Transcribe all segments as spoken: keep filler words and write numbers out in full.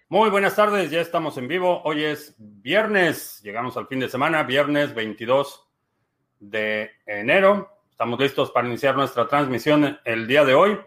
Muy buenas tardes, ya estamos en vivo. Hoy es viernes, llegamos al fin de semana, viernes veintidós de enero. Estamos listos para iniciar nuestra transmisión el día de hoy.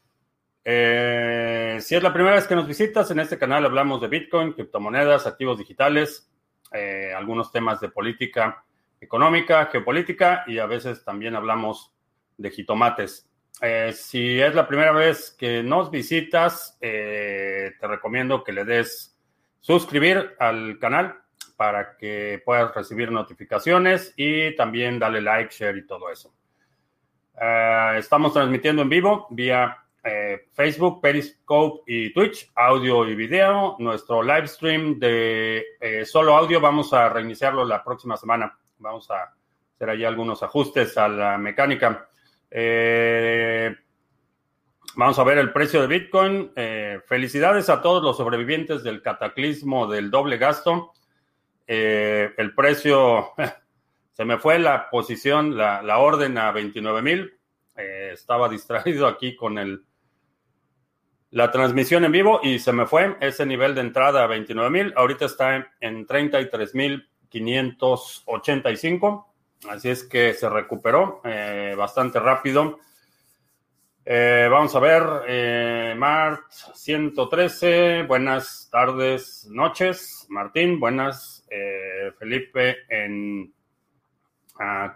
Eh, si es la primera vez que nos visitas, en este canal hablamos de Bitcoin, criptomonedas, activos digitales, eh, algunos temas de política económica, geopolítica y a veces también hablamos de jitomates. Eh, si es la primera vez que nos visitas, eh, te recomiendo que le des suscribir al canal para que puedas recibir notificaciones y también dale like, share y todo eso. Uh, estamos transmitiendo en vivo vía eh, Facebook, Periscope y Twitch, audio y video. Nuestro live stream de eh, solo audio vamos a reiniciarlo la próxima semana. Vamos a hacer ahí algunos ajustes a la mecánica. Eh, vamos a ver el precio de Bitcoin. Eh, felicidades a todos los sobrevivientes del cataclismo del doble gasto. Eh, el precio, se me fue la posición, la, la orden a veintinueve mil. Eh, estaba distraído aquí con el, la transmisión en vivo y se me fue ese nivel de entrada a veintinueve mil. Ahorita está en, en treinta y tres mil quinientos ochenta y cinco. Así es que se recuperó eh, bastante rápido. Eh, vamos a ver, eh, Mart ciento trece, buenas tardes, noches. Martín, buenas. Eh, Felipe en uh,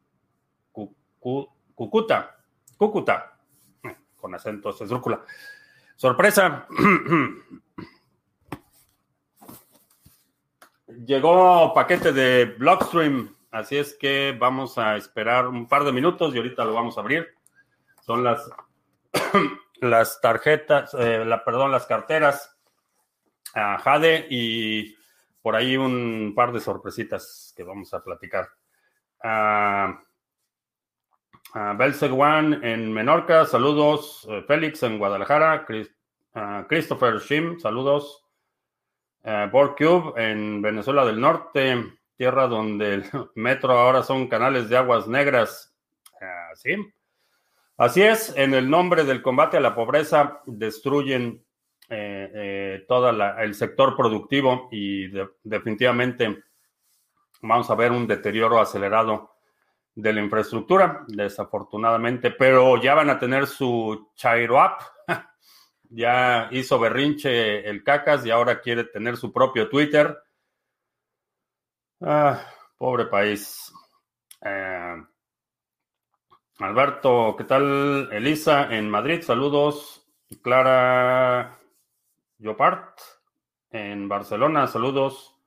Cúcuta, Cúcuta, con acentos esdrújula. Sorpresa. Llegó paquete de Blockstream. Así es que vamos a esperar un par de minutos y ahorita lo vamos a abrir. Son las, las tarjetas, eh, la, perdón, las carteras uh, Jade y por ahí un par de sorpresitas que vamos a platicar. Uh, uh, Belseguan en Menorca, saludos. Uh, Félix en Guadalajara. Chris, uh, Christopher Shim, saludos. Uh, Borcube en Venezuela del Norte, tierra donde el metro ahora son canales de aguas negras. Uh, sí, así es. En el nombre del combate a la pobreza destruyen eh, eh, todo el sector productivo y de, definitivamente vamos a ver un deterioro acelerado de la infraestructura, desafortunadamente, pero ya van a tener su Chairo App. Ya hizo berrinche el Cacas y ahora quiere tener su propio Twitter. Ah, pobre país. Eh, Alberto, ¿qué tal? Elisa en Madrid, saludos. Clara Llopart en Barcelona, saludos.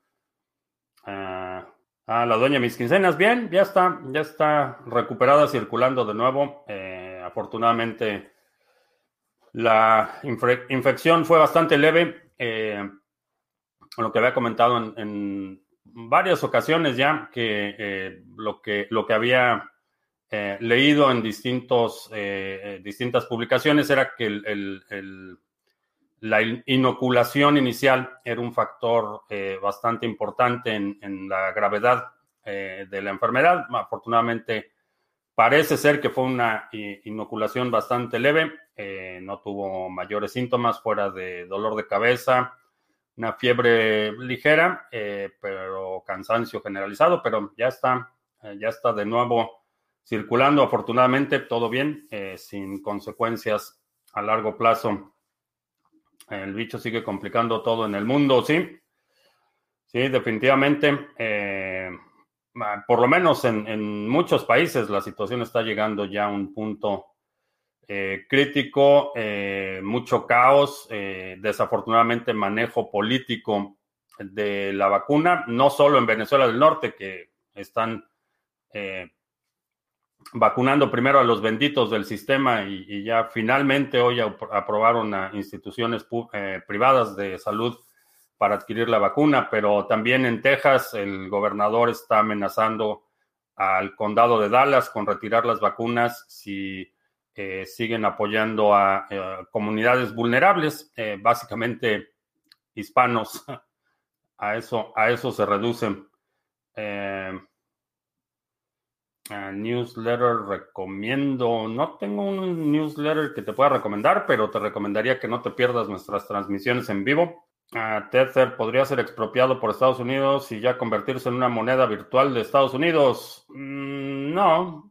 Eh, a la doña Mis Quincenas, bien, ya está, ya está recuperada, circulando de nuevo. Eh, afortunadamente la infe- infección fue bastante leve, eh, lo que había comentado en, en varias ocasiones ya, que eh, lo que lo que había eh, leído en distintos, eh, distintas publicaciones era que el, el, el, la inoculación inicial era un factor eh, bastante importante en, en la gravedad eh, de la enfermedad. Afortunadamente, parece ser que fue una inoculación bastante leve, eh, no tuvo mayores síntomas fuera de dolor de cabeza, una fiebre ligera, eh, pero cansancio generalizado, pero ya está, eh, ya está de nuevo circulando, afortunadamente, todo bien, eh, sin consecuencias a largo plazo. El bicho sigue complicando todo en el mundo, sí, sí, definitivamente. Eh, por lo menos en, en, muchos países la situación está llegando ya a un punto eh, crítico, eh, mucho caos, eh, desafortunadamente manejo político de la vacuna, no solo en Venezuela del Norte, que están eh, vacunando primero a los benditos del sistema y, y ya finalmente hoy aprobaron a instituciones eh, privadas de salud para adquirir la vacuna, pero también en Texas el gobernador está amenazando al condado de Dallas con retirar las vacunas si eh, siguen apoyando a eh, comunidades vulnerables, eh, básicamente hispanos. A eso, a eso se reducen. Eh, uh, newsletter recomiendo. No tengo un newsletter que te pueda recomendar, pero te recomendaría que no te pierdas nuestras transmisiones en vivo. Ah, Tether podría ser expropiado por Estados Unidos y ya convertirse en una moneda virtual de Estados Unidos. Mm, no,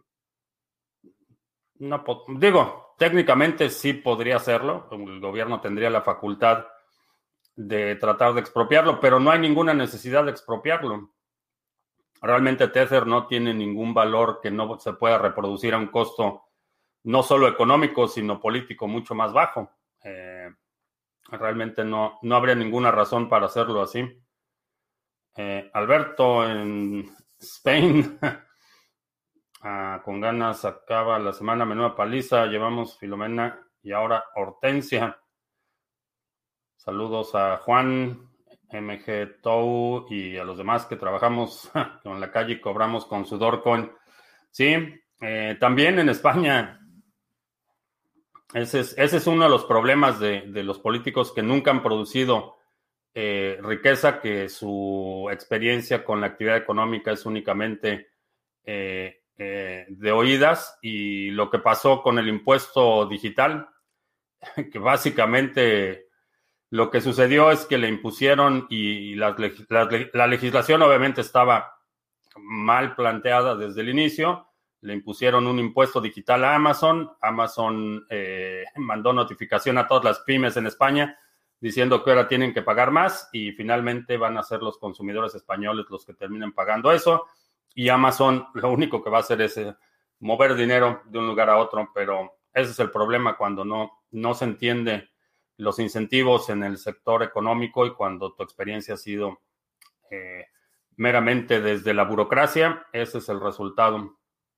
no po- digo, técnicamente sí podría hacerlo. El gobierno tendría la facultad de tratar de expropiarlo, pero no hay ninguna necesidad de expropiarlo. Realmente Tether no tiene ningún valor que no se pueda reproducir a un costo no solo económico, sino político mucho más bajo. Eh, realmente no, no habría ninguna razón para hacerlo así. Eh, Alberto en Spain, ah, con ganas acaba la semana, menuda paliza. Llevamos Filomena y ahora Hortensia. Saludos a Juan, M G Tou y a los demás que trabajamos en la calle y cobramos con sudor coin. Sí, eh, también en España. Ese es, ese es uno de los problemas de, de los políticos que nunca han producido eh, riqueza, que su experiencia con la actividad económica es únicamente eh, eh, de oídas. Y lo que pasó con el impuesto digital, que básicamente lo que sucedió es que le impusieron y la, la, la legislación obviamente estaba mal planteada desde el inicio. Le impusieron un impuesto digital a Amazon. Amazon eh, mandó notificación a todas las pymes en España diciendo que ahora tienen que pagar más y finalmente van a ser los consumidores españoles los que terminen pagando eso. Y Amazon lo único que va a hacer es eh, mover dinero de un lugar a otro, pero ese es el problema cuando no, no se entiende los incentivos en el sector económico y cuando tu experiencia ha sido eh, meramente desde la burocracia. Ese es el resultado.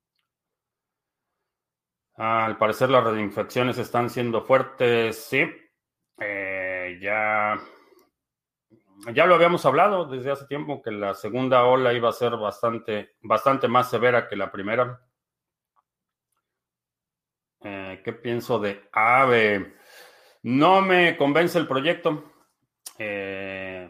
Ah, al parecer las reinfecciones están siendo fuertes, sí. Eh, ya, ya lo habíamos hablado desde hace tiempo que la segunda ola iba a ser bastante, bastante más severa que la primera. Eh, ¿qué pienso de AVE? No me convence el proyecto. Eh,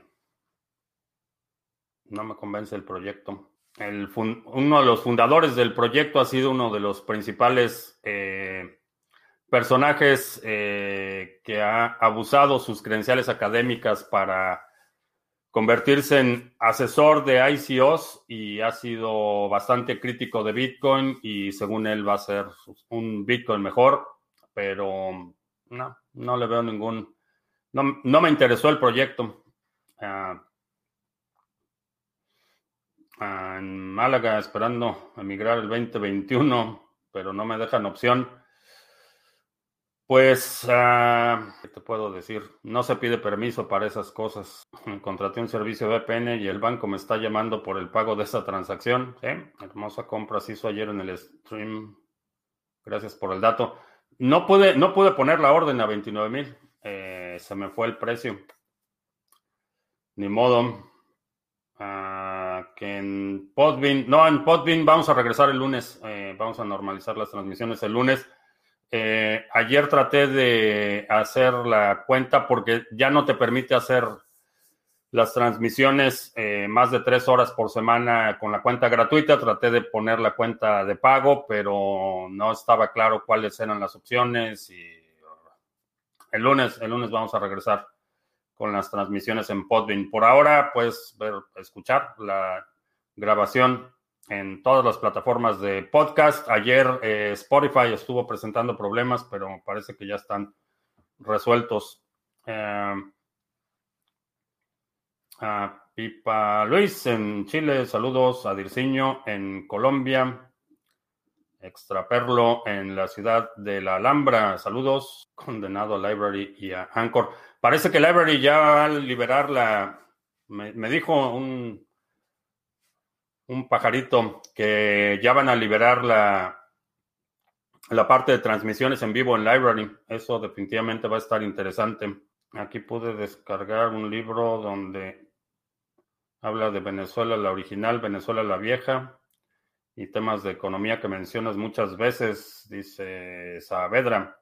no me convence el proyecto. El fun- uno de los fundadores del proyecto ha sido uno de los principales eh, personajes eh, que ha abusado sus credenciales académicas para convertirse en asesor de I C Os y ha sido bastante crítico de Bitcoin y según él va a ser un Bitcoin mejor, pero no, no le veo ningún, no, no me interesó el proyecto. Uh, uh, en Málaga esperando emigrar el veinte veintiuno, pero no me dejan opción. Pues, uh, ¿qué te puedo decir? No se pide permiso para esas cosas. Contraté un servicio V P N y el banco me está llamando por el pago de esa transacción. ¿Sí? Hermosa compra se hizo ayer en el stream. Gracias por el dato. No pude, no pude poner la orden a veintinueve mil. Eh, se me fue el precio. Ni modo. Uh, que en Podbean, no, en Podbean vamos a regresar el lunes. Eh, vamos a normalizar las transmisiones el lunes. Eh, ayer traté de hacer la cuenta porque ya no te permite hacer las transmisiones eh, más de tres horas por semana con la cuenta gratuita. Traté de poner la cuenta de pago, pero no estaba claro cuáles eran las opciones y el lunes, el lunes vamos a regresar con las transmisiones en Podbean. Por ahora, puedes ver, escuchar la grabación en todas las plataformas de podcast. Ayer eh, Spotify estuvo presentando problemas, pero parece que ya están resueltos. Eh, a Pipa Luis en Chile, saludos a Dirciño en Colombia, Extraperlo en la ciudad de La Alhambra, saludos, condenado a Library y a Anchor. Parece que Library ya va a liberar la, me, me dijo un, un pajarito que ya van a liberar la, la parte de transmisiones en vivo en Library. Eso definitivamente va a estar interesante. Aquí pude descargar un libro donde habla de Venezuela la original, Venezuela la vieja y temas de economía que mencionas muchas veces, dice Saavedra.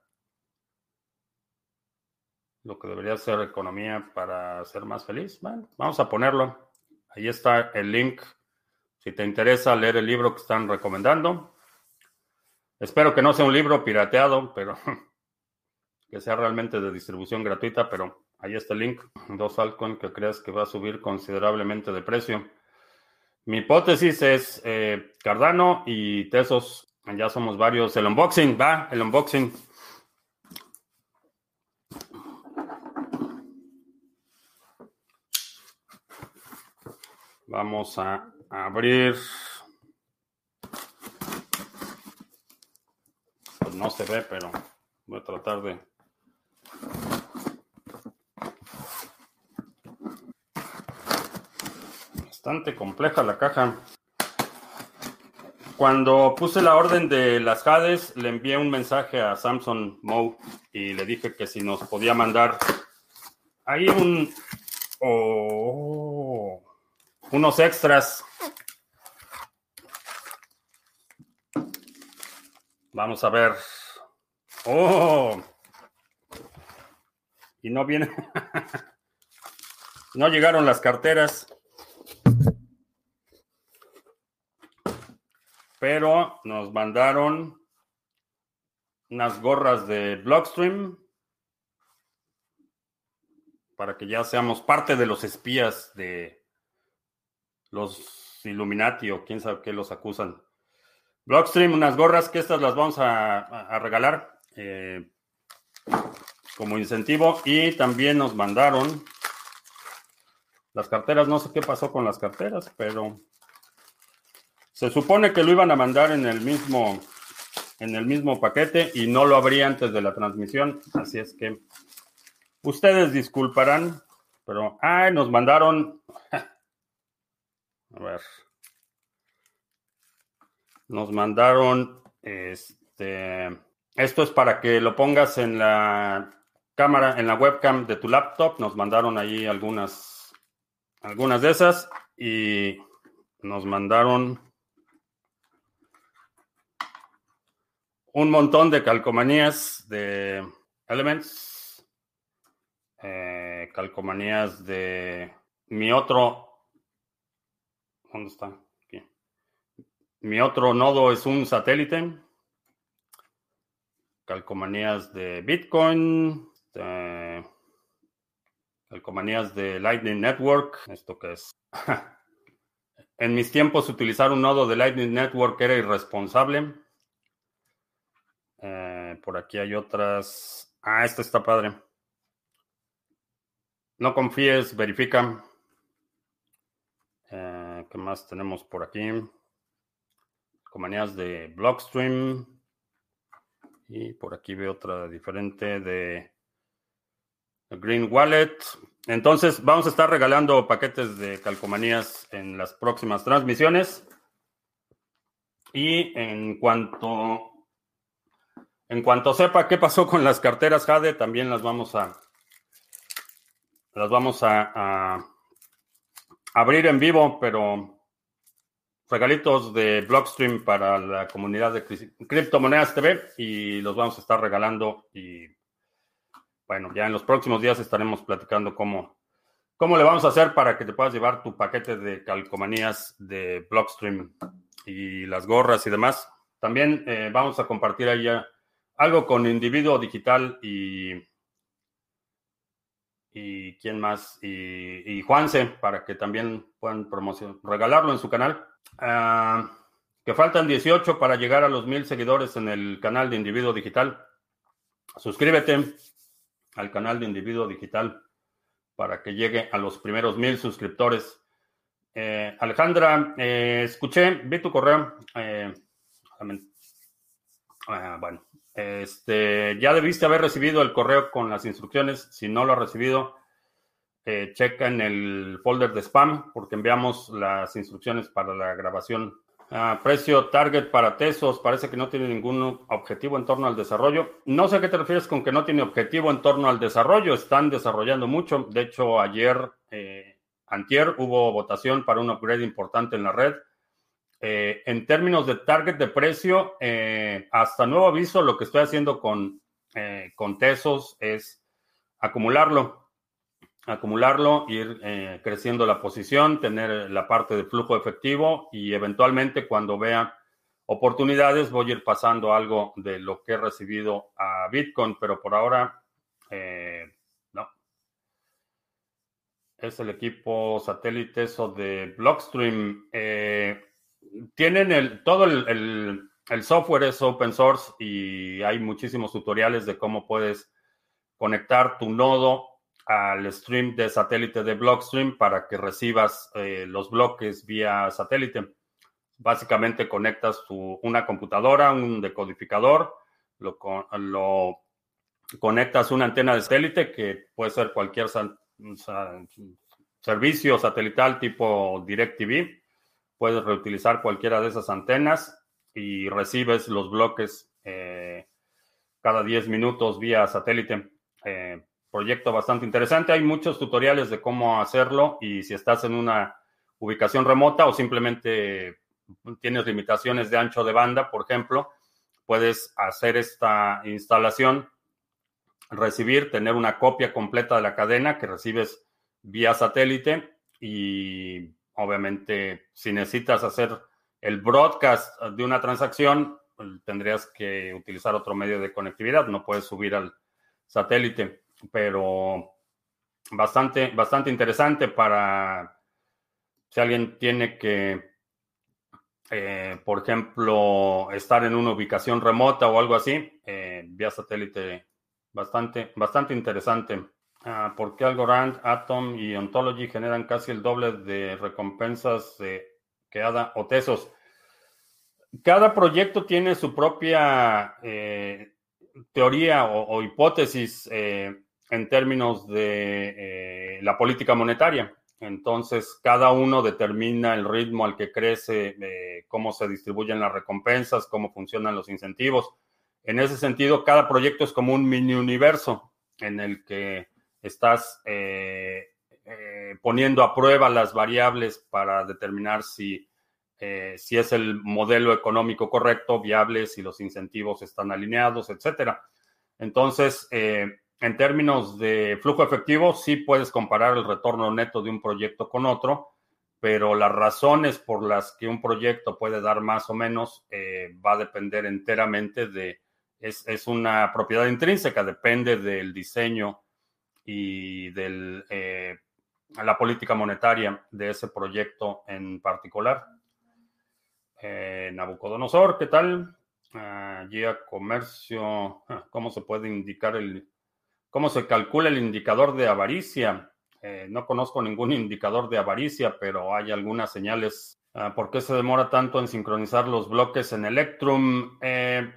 Lo que debería ser economía para ser más feliz. Bueno, vamos a ponerlo. Ahí está el link. Si te interesa leer el libro que están recomendando. Espero que no sea un libro pirateado, pero que sea realmente de distribución gratuita, pero ahí está el link. Dos altcoins que creas que va a subir considerablemente de precio. Mi hipótesis es eh, Cardano y Tesos. Ya somos varios. El unboxing, va, el unboxing. Vamos a abrir. Pues no se ve, pero voy a tratar de. Bastante compleja la caja. Cuando puse la orden de las Hades, le envié un mensaje a Samson Moe y le dije que si nos podía mandar ahí un oh, unos extras. Vamos a ver. Oh, y no viene. No llegaron las carteras. Pero nos mandaron unas gorras de Blockstream para que ya seamos parte de los espías de los Illuminati o quién sabe qué los acusan. Blockstream, unas gorras que estas las vamos a, a regalar eh, como incentivo. Y también nos mandaron las carteras. No sé qué pasó con las carteras, pero se supone que lo iban a mandar en el mismo, en el mismo paquete y no lo abrí antes de la transmisión. Así es que ustedes disculparán, pero ay, nos mandaron. A ver. Nos mandaron este. Esto es para que lo pongas en la cámara, en la webcam de tu laptop. Nos mandaron ahí algunas, algunas de esas y nos mandaron un montón de calcomanías de Elements, eh, calcomanías de mi otro, ¿dónde está? Aquí. Mi otro nodo es un satélite, calcomanías de Bitcoin, eh, calcomanías de Lightning Network, ¿esto qué es? En mis tiempos utilizar un nodo de Lightning Network era irresponsable. Eh, por aquí hay otras. Ah, esta está padre. No confíes, verifica. Eh, ¿Qué más tenemos por aquí? Calcomanías de Blockstream. Y por aquí veo otra diferente de Green Wallet. Entonces, vamos a estar regalando paquetes de calcomanías en las próximas transmisiones. Y en cuanto en cuanto sepa qué pasó con las carteras Jade, también las vamos a las vamos a, a abrir en vivo, pero regalitos de Blockstream para la comunidad de Criptomonedas T V y los vamos a estar regalando y bueno, ya en los próximos días estaremos platicando cómo, cómo le vamos a hacer para que te puedas llevar tu paquete de calcomanías de Blockstream y las gorras y demás. También eh, vamos a compartir ahí algo con Individuo Digital y y quién más y, y Juanse para que también puedan promocionar, regalarlo en su canal. Uh, que faltan dieciocho para llegar a los mil seguidores en el canal de Individuo Digital. Suscríbete al canal de Individuo Digital para que llegue a los primeros mil suscriptores. Eh, Alejandra, eh, escuché, vi tu correo. Eh, uh, bueno, este, ya debiste haber recibido el correo con las instrucciones. Si no lo has recibido, eh, checa en el folder de spam porque enviamos las instrucciones para la grabación. Uh, precio target para Tesos, parece que no tiene ningún objetivo en torno al desarrollo. No sé a qué te refieres con que no tiene objetivo en torno al desarrollo. Están desarrollando mucho. De hecho, ayer, eh, antier, hubo votación para un upgrade importante en la red. Eh, en términos de target de precio, eh, hasta nuevo aviso, lo que estoy haciendo con, eh, con Tesos es acumularlo. acumularlo, ir eh, creciendo la posición, tener la parte de flujo efectivo y eventualmente cuando vea oportunidades voy a ir pasando algo de lo que he recibido a Bitcoin, pero por ahora eh, no. es el equipo satélite eso de Blockstream. Eh, tienen el, todo el, el, el software es open source y hay muchísimos tutoriales de cómo puedes conectar tu nodo al stream de satélite de Blockstream para que recibas eh, los bloques vía satélite. Básicamente conectas tu, una computadora, un decodificador, lo, lo conectas una antena de satélite que puede ser cualquier sa- sa- servicio satelital tipo DirecTV. Puedes reutilizar cualquiera de esas antenas y recibes los bloques eh, cada diez minutos vía satélite. Eh, proyecto bastante interesante. Hay muchos tutoriales de cómo hacerlo y si estás en una ubicación remota o simplemente tienes limitaciones de ancho de banda, por ejemplo, puedes hacer esta instalación, recibir, tener una copia completa de la cadena que recibes vía satélite y obviamente si necesitas hacer el broadcast de una transacción, tendrías que utilizar otro medio de conectividad, no puedes subir al satélite, pero bastante, bastante interesante para si alguien tiene que, eh, por ejemplo, estar en una ubicación remota o algo así, eh, vía satélite, bastante, bastante interesante. Ah, ¿por qué Algorand, Atom y Ontology generan casi el doble de recompensas de que Ada o Tesos? Cada proyecto tiene su propia eh, teoría o, o hipótesis eh, en términos de eh, la política monetaria. Entonces, cada uno determina el ritmo al que crece, eh, cómo se distribuyen las recompensas, cómo funcionan los incentivos. En ese sentido, cada proyecto es como un mini universo en el que estás eh, eh, poniendo a prueba las variables para determinar si eh, si es el modelo económico correcto, viable, si los incentivos están alineados, etcétera. Entonces, eh, en términos de flujo efectivo, sí puedes comparar el retorno neto de un proyecto con otro, pero las razones por las que un proyecto puede dar más o menos eh, va a depender enteramente de, es, es, una propiedad intrínseca, depende del diseño y de eh, la política monetaria de ese proyecto en particular. Eh, Nabucodonosor, ¿qué tal? Uh, guía comercio, ¿cómo se puede indicar el, cómo se calcula el indicador de avaricia? Eh, no conozco ningún indicador de avaricia, pero hay algunas señales. Uh, ¿por qué se demora tanto en sincronizar los bloques en Electrum? Eh,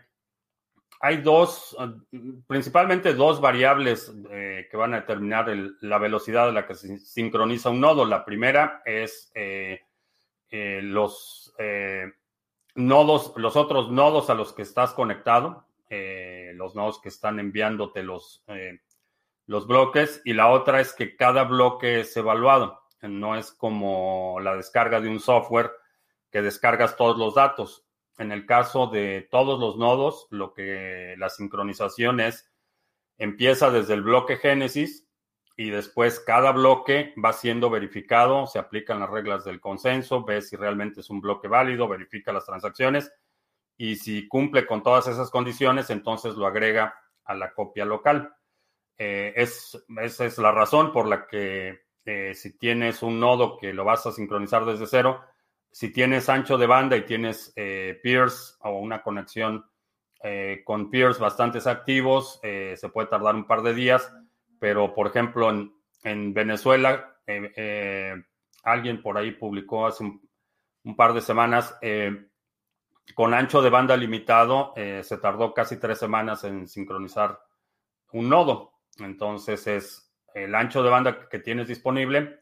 hay dos, uh, principalmente dos variables eh, que van a determinar el, la velocidad a la que se sincroniza un nodo. La primera es eh, eh, los eh, nodos, los otros nodos a los que estás conectado, eh, los nodos que están enviándote los, eh, los bloques, y la otra es que cada bloque es evaluado. No es como la descarga de un software que descargas todos los datos. En el caso de todos los nodos, lo que la sincronización es, empieza desde el bloque génesis y después cada bloque va siendo verificado, se aplican las reglas del consenso, ve si realmente es un bloque válido, verifica las transacciones y si cumple con todas esas condiciones, entonces lo agrega a la copia local. Eh, es, esa es la razón por la que eh, si tienes un nodo que lo vas a sincronizar desde cero, si tienes ancho de banda y tienes eh, peers o una conexión eh, con peers bastante activos, eh, se puede tardar un par de días, pero por ejemplo en, en Venezuela, eh, eh, alguien por ahí publicó hace un, un par de semanas, eh, con ancho de banda limitado, eh, se tardó casi tres semanas en sincronizar un nodo. Entonces es el ancho de banda que tienes disponible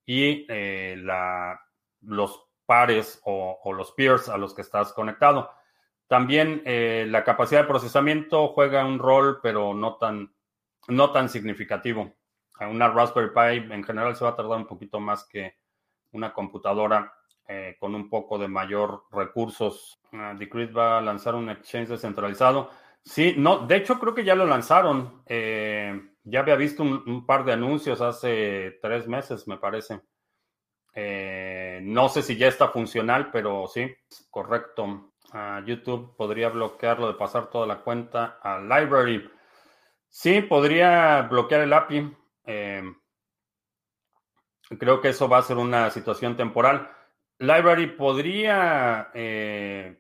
y eh, la, los pares o, o, los peers a los que estás conectado. También eh, la capacidad de procesamiento juega un rol, pero no tan, no tan significativo. Una Raspberry Pi en general se va a tardar un poquito más que una computadora eh, con un poco de mayor recursos. Uh, Decred va a lanzar un exchange descentralizado. Sí, no, de hecho creo que ya lo lanzaron. Eh, ya había visto un, un, par de anuncios hace tres meses, me parece. Eh, no sé si ya está funcional, pero sí, correcto. Uh, YouTube podría bloquearlo de pasar toda la cuenta a Library. Sí, podría bloquear el A P I. Eh, Creo que eso va a ser una situación temporal. Library podría eh,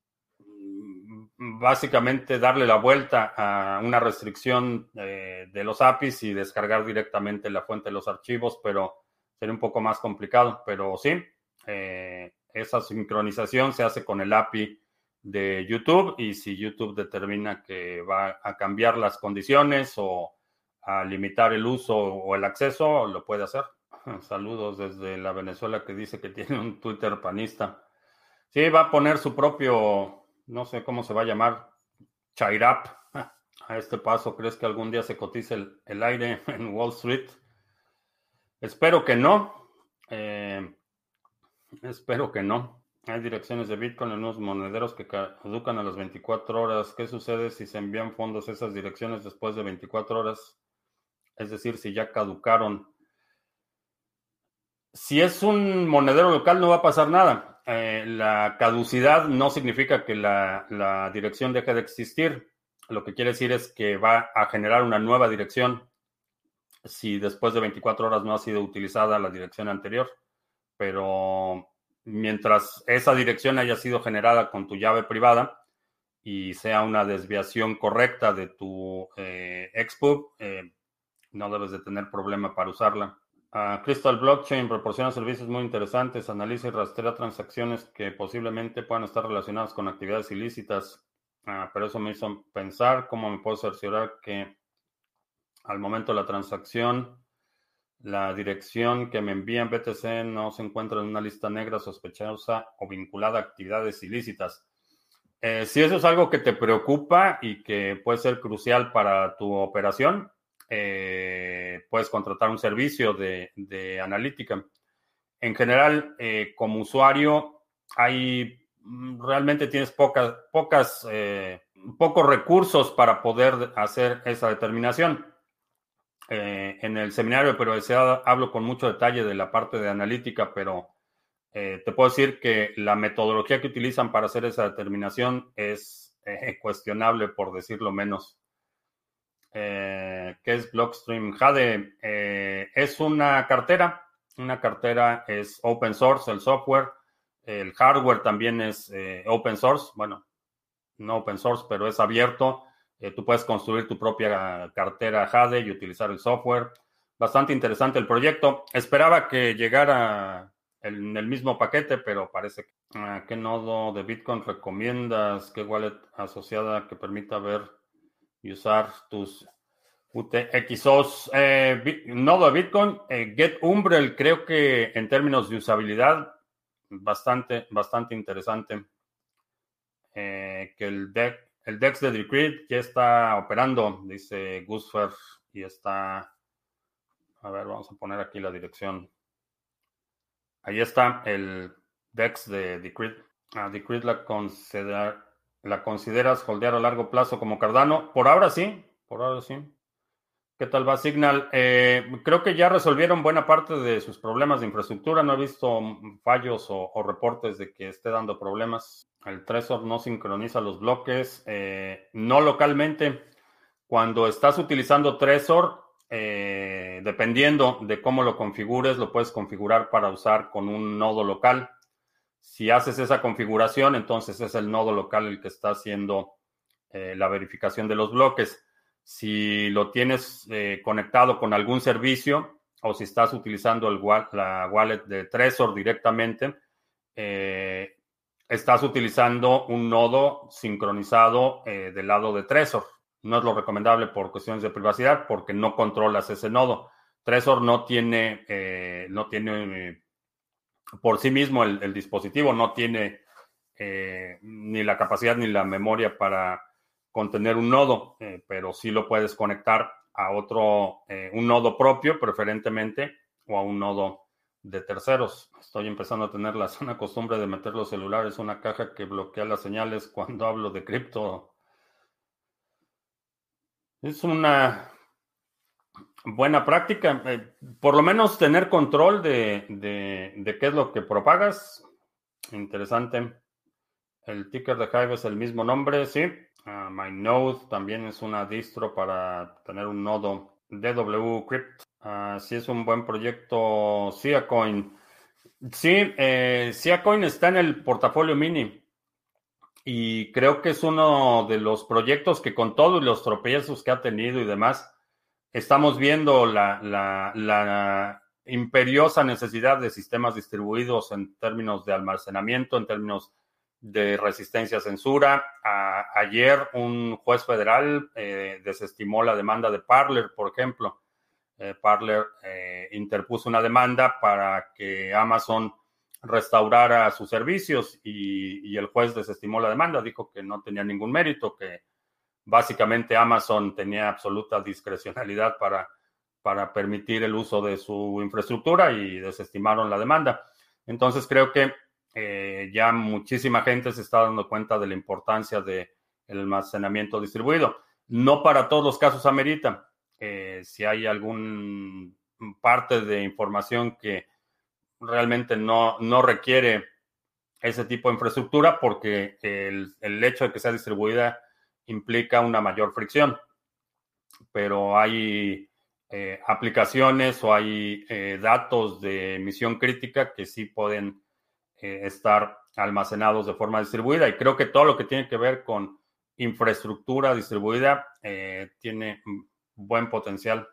básicamente darle la vuelta a una restricción eh, de los A P Is y descargar directamente la fuente de los archivos, pero sería un poco más complicado. Pero sí, eh, esa sincronización se hace con el A P I de YouTube y si YouTube determina que va a cambiar las condiciones o a limitar el uso o el acceso, lo puede hacer. Saludos desde la Venezuela que dice que tiene un Twitter panista. Sí, va a poner su propio, no sé cómo se va a llamar, Chairap. A este paso, ¿crees que algún día se cotice el, el aire en Wall Street? Espero que no. Eh, espero que no. Hay direcciones de Bitcoin en unos monederos que caducan a las veinticuatro horas. ¿Qué sucede si se envían fondos a esas direcciones después de veinticuatro horas? Es decir, si ya caducaron. Si es un monedero local, no va a pasar nada. Eh, la caducidad no significa que la, la dirección deje de existir. Lo que quiere decir es que va a generar una nueva dirección si después de veinticuatro horas no ha sido utilizada la dirección anterior. Pero mientras esa dirección haya sido generada con tu llave privada y sea una desviación correcta de tu eh, Xpub, eh, no debes de tener problema para usarla. Uh, Crystal Blockchain proporciona servicios muy interesantes, analiza y rastrea transacciones que posiblemente puedan estar relacionadas con actividades ilícitas, uh, pero eso me hizo pensar cómo me puedo cerciorar que al momento de la transacción la dirección que me envían B T C no se encuentra en una lista negra sospechosa o vinculada a actividades ilícitas. Eh, si eso es algo que te preocupa y que puede ser crucial para tu operación, eh, puedes contratar un servicio de, de analítica. En general, eh, como usuario, hay realmente tienes pocas, pocas, eh, pocos recursos para poder hacer esa determinación. Eh, en el seminario de periodicidad hablo con mucho detalle de la parte de analítica, pero eh, te puedo decir que la metodología que utilizan para hacer esa determinación es eh, cuestionable, por decirlo menos. Eh, ¿Qué es Blockstream? Jade, eh, es una cartera. Una cartera es open source, el software. El hardware también es eh, open source. Bueno, no open source, pero es abierto. Eh, tú puedes construir tu propia cartera Jade y utilizar el software. Bastante interesante el proyecto. Esperaba que llegara en el mismo paquete, pero parece que... Ah, ¿qué nodo de Bitcoin recomiendas? ¿Qué wallet asociada que permita ver y usar tus U T X Os? Eh, Bit- nodo de Bitcoin, eh, Get Umbrel, creo que en términos de usabilidad, bastante, bastante interesante. Eh, que el, deck, el DEX de Decred ya está operando, dice Gusfer, y está... A ver, vamos a poner aquí la dirección. Ahí está el DEX de Decred. A Decred la, considera, la consideras holdear a largo plazo como Cardano. Por ahora sí, por ahora sí. ¿Qué tal va Signal? Eh, creo que ya resolvieron buena parte de sus problemas de infraestructura. No he visto fallos o, o reportes de que esté dando problemas. El Trezor no sincroniza los bloques. Eh, no localmente. Cuando estás utilizando Trezor, eh, dependiendo de cómo lo configures, lo puedes configurar para usar con un nodo local. Si haces esa configuración, entonces es el nodo local el que está haciendo eh, la verificación de los bloques. Si lo tienes eh, conectado con algún servicio o si estás utilizando el, la wallet de Trezor directamente, eh, estás utilizando un nodo sincronizado eh, del lado de Trezor. No es lo recomendable por cuestiones de privacidad porque no controlas ese nodo. Trezor no tiene, eh, no tiene eh, por sí mismo el, el dispositivo, no tiene eh, ni la capacidad ni la memoria para contener un nodo, eh, pero sí lo puedes conectar a otro, eh, un nodo propio preferentemente o a un nodo de terceros. Estoy empezando a tener la sana costumbre de meter los celulares en una caja que bloquea las señales cuando hablo de cripto. Es una buena práctica. Eh, por lo menos tener control de, de, de qué es lo que propagas. Interesante. El ticker de Hive es el mismo nombre, sí. Uh, MyNode también es una distro para tener un nodo D W Crypt. Uh, sí es un buen proyecto Siacoin. Sí, eh, Siacoin está en el portafolio mini y creo que es uno de los proyectos que con todos los tropiezos que ha tenido y demás, estamos viendo la, la, la imperiosa necesidad de sistemas distribuidos en términos de almacenamiento, en términos de resistencia a censura. A, ayer un juez federal eh, desestimó la demanda de Parler, por ejemplo. Eh, Parler eh, interpuso una demanda para que Amazon restaurara sus servicios y, y el juez desestimó la demanda, dijo que no tenía ningún mérito, que básicamente Amazon tenía absoluta discrecionalidad para, para permitir el uso de su infraestructura y desestimaron la demanda. Entonces creo que eh, ya muchísima gente se está dando cuenta de la importancia del almacenamiento distribuido. No para todos los casos amerita. Eh, si hay algún parte de información que realmente no, no requiere ese tipo de infraestructura porque el, el hecho de que sea distribuida implica una mayor fricción, pero hay eh, aplicaciones o hay eh, datos de misión crítica que sí pueden eh, estar almacenados de forma distribuida y creo que todo lo que tiene que ver con infraestructura distribuida eh, tiene buen potencial.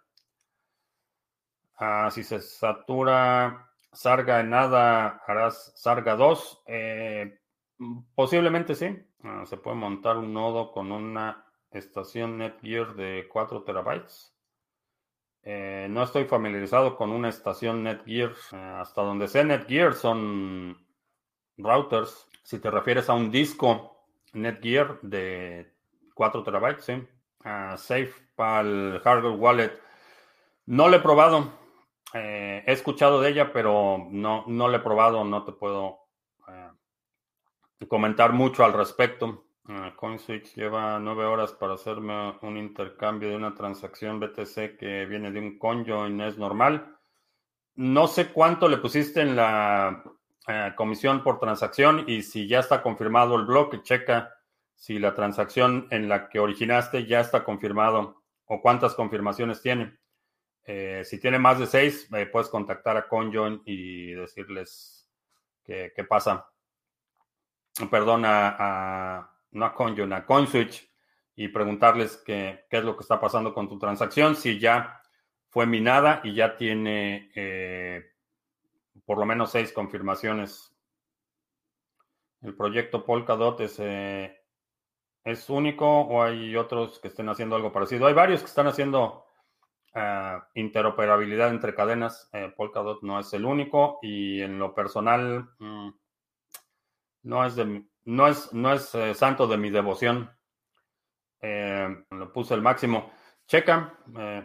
Ah, si se satura Sarga en nada, harás Sarga dos. Eh, posiblemente sí. Ah, se puede montar un nodo con una estación Netgear de cuatro terabytes. Eh, no estoy familiarizado con una estación Netgear. Eh, hasta donde sé, Netgear son routers. Si te refieres a un disco Netgear de cuatro terabytes, sí. Ah, Safe para el hardware wallet. No lo he probado. Eh, he escuchado de ella, pero no, no la he probado. No te puedo eh, comentar mucho al respecto. Uh, CoinSwitch lleva nueve horas para hacerme un intercambio de una transacción B T C que viene de un conjoin. ¿Es normal? No sé cuánto le pusiste en la eh, comisión por transacción y si ya está confirmado el bloque, checa si la transacción en la que originaste ya está confirmado o cuántas confirmaciones tiene. Eh, si tiene más de seis, eh, puedes contactar a Conjoin y decirles qué, qué pasa. Perdón, a, a, no a Conjoin, a CoinSwitch y preguntarles qué, qué es lo que está pasando con tu transacción, si ya fue minada y ya tiene eh, por lo menos seis confirmaciones. ¿El proyecto Polkadot es, eh, es único o hay otros que estén haciendo algo parecido? Hay varios que están haciendo Uh, interoperabilidad entre cadenas. eh, Polkadot no es el único y en lo personal mm, no es de no es no es eh, santo de mi devoción. Eh, lo puse el máximo. Checa, eh,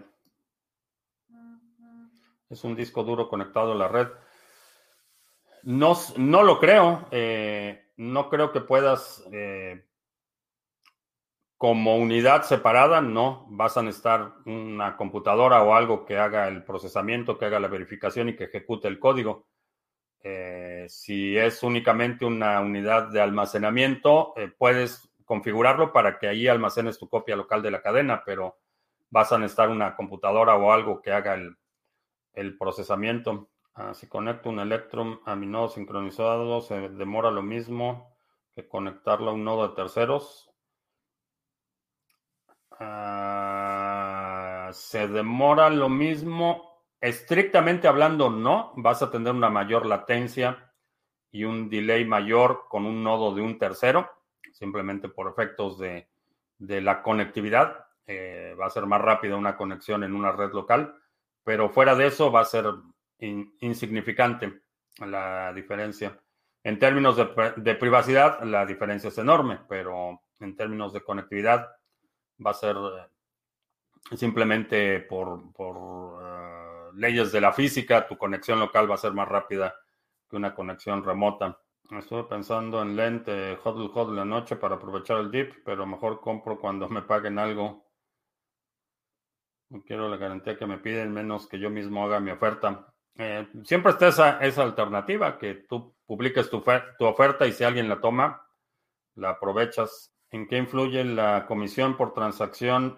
es un disco duro conectado a la red. No, no lo creo. Eh, no creo que puedas eh, como unidad separada, no. Vas a necesitar una computadora o algo que haga el procesamiento, que haga la verificación y que ejecute el código. Eh, si es únicamente una unidad de almacenamiento, eh, puedes configurarlo para que ahí almacenes tu copia local de la cadena, pero vas a necesitar una computadora o algo que haga el, el procesamiento. Ah, si conecto un Electrum a mi nodo sincronizado, se demora lo mismo que conectarlo a un nodo de terceros. Ah, se demora lo mismo. Estrictamente hablando, no. Vas a tener una mayor latencia y un delay mayor con un nodo de un tercero, simplemente por efectos de, de la conectividad. Eh, va a ser más rápida una conexión en una red local, pero fuera de eso va a ser in, insignificante la diferencia. En términos de, de privacidad, la diferencia es enorme, pero en términos de conectividad va a ser simplemente por, por uh, leyes de la física, tu conexión local va a ser más rápida que una conexión remota. Estuve pensando en lente hodl hodl la noche para aprovechar el dip, pero mejor compro cuando me paguen algo. No quiero la garantía que me piden, menos que yo mismo haga mi oferta. Eh, siempre está esa, esa alternativa, que tú publiques tu, tu oferta y si alguien la toma, la aprovechas. ¿En qué influye la comisión por transacción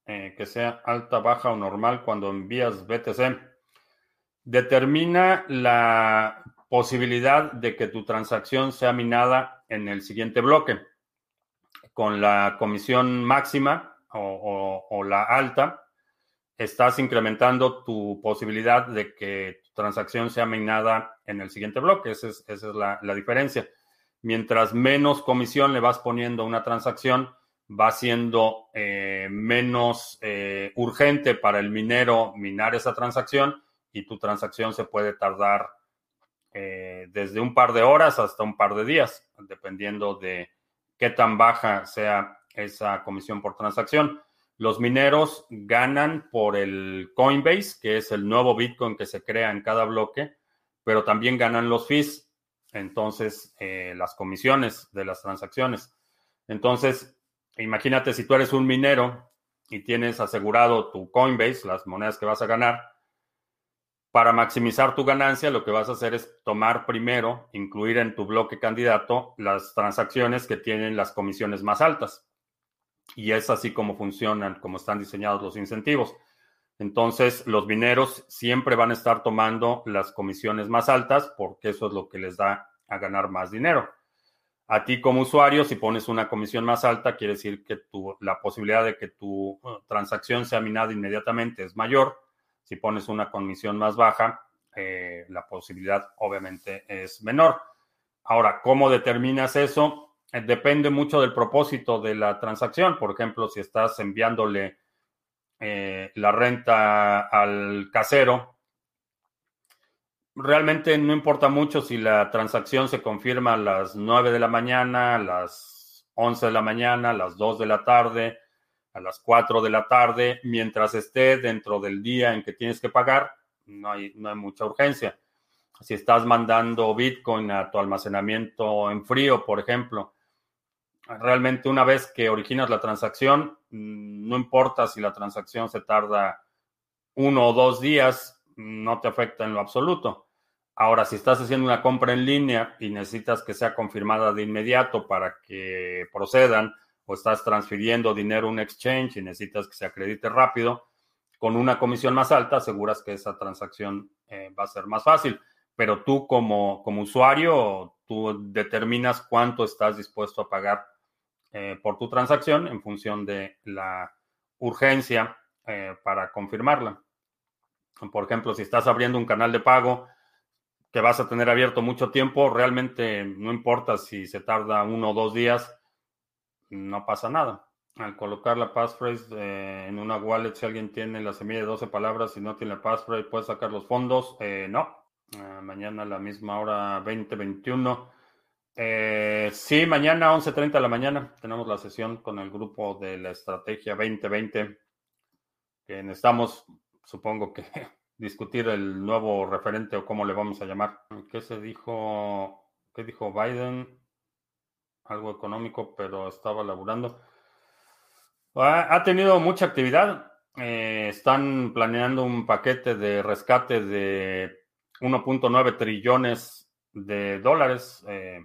eh, que sea alta, baja o normal cuando envías B T C. Determina la posibilidad de que tu transacción sea minada en el siguiente bloque. Con la comisión máxima o, o, o la alta, estás incrementando tu posibilidad de que tu transacción sea minada en el siguiente bloque. Esa es, esa es la, la diferencia. Mientras menos comisión le vas poniendo a una transacción, va siendo eh, menos eh, urgente para el minero minar esa transacción y tu transacción se puede tardar eh, desde un par de horas hasta un par de días, dependiendo de qué tan baja sea esa comisión por transacción. Los mineros ganan por el Coinbase, que es el nuevo Bitcoin que se crea en cada bloque, pero también ganan los fees, entonces eh, las comisiones de las transacciones. Entonces, imagínate si tú eres un minero y tienes asegurado tu Coinbase, las monedas que vas a ganar. Para maximizar tu ganancia, lo que vas a hacer es tomar primero, incluir en tu bloque candidato las transacciones que tienen las comisiones más altas. Y es así como funcionan, como están diseñados los incentivos. Entonces, los mineros siempre van a estar tomando las comisiones más altas porque eso es lo que les da a ganar más dinero. A ti como usuario, si pones una comisión más alta, quiere decir que tu, la posibilidad de que tu transacción sea minada inmediatamente es mayor. Si pones una comisión más baja, eh, la posibilidad obviamente es menor. Ahora, ¿cómo determinas eso? Eh, depende mucho del propósito de la transacción. Por ejemplo, si estás enviándole eh, la renta al casero, realmente no importa mucho si la transacción se confirma a las nueve de la mañana, a las once de la mañana, a las dos de la tarde, a las cuatro de la tarde, mientras esté dentro del día en que tienes que pagar, no hay, no hay mucha urgencia. Si estás mandando Bitcoin a tu almacenamiento en frío, por ejemplo, realmente una vez que originas la transacción, no importa si la transacción se tarda uno o dos días, no te afecta en lo absoluto. Ahora, si estás haciendo una compra en línea y necesitas que sea confirmada de inmediato para que procedan, o estás transfiriendo dinero a un exchange y necesitas que se acredite rápido, con una comisión más alta aseguras que esa transacción eh, va a ser más fácil. Pero tú como, como usuario, tú determinas cuánto estás dispuesto a pagar eh, por tu transacción en función de la urgencia eh, para confirmarla. Por ejemplo, si estás abriendo un canal de pago que vas a tener abierto mucho tiempo, realmente no importa si se tarda uno o dos días, no pasa nada. Al colocar la passphrase eh, en una wallet, si alguien tiene la semilla de doce palabras y no tiene la passphrase, ¿puede sacar los fondos? Eh, no. Uh, mañana a la misma hora, veinte veintiuno. Eh, sí, mañana once treinta de la mañana tenemos la sesión con el grupo de la estrategia veinte veinte, que necesitamos, supongo que discutir el nuevo referente o cómo le vamos a llamar. ¿Qué se dijo? ¿Qué dijo Biden? Algo económico, pero estaba laburando. Ha, ha tenido mucha actividad. Eh, están planeando un paquete de rescate de uno punto nueve trillones de dólares. Eh,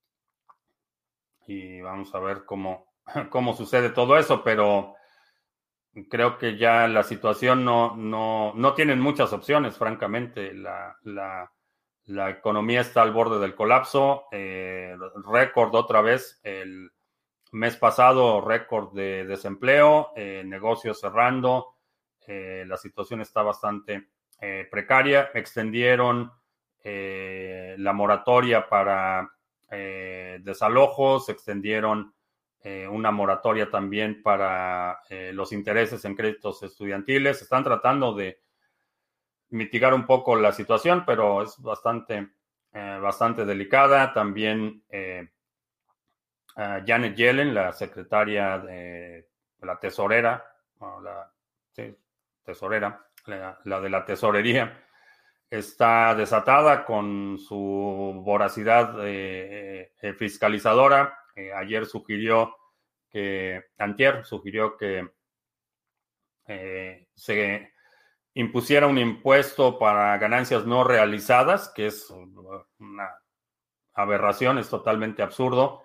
y vamos a ver cómo, cómo sucede todo eso, pero creo que ya la situación no, no, no tienen muchas opciones, francamente. La, la, la economía está al borde del colapso. Eh, récord otra vez el mes pasado, récord de desempleo, eh, negocios cerrando. Eh, la situación está bastante eh, precaria. Extendieron eh, la moratoria para eh, desalojos, extendieron eh, una moratoria también para eh, los intereses en créditos estudiantiles. Están tratando de mitigar un poco la situación, pero es bastante, eh, bastante delicada. También eh, uh, Janet Yellen, la secretaria de la tesorera, o la sí, tesorera, la, la de la tesorería, está desatada con su voracidad eh, eh, fiscalizadora. Eh, ayer sugirió que, antier sugirió que eh, se impusiera un impuesto para ganancias no realizadas, que es una aberración, es totalmente absurdo.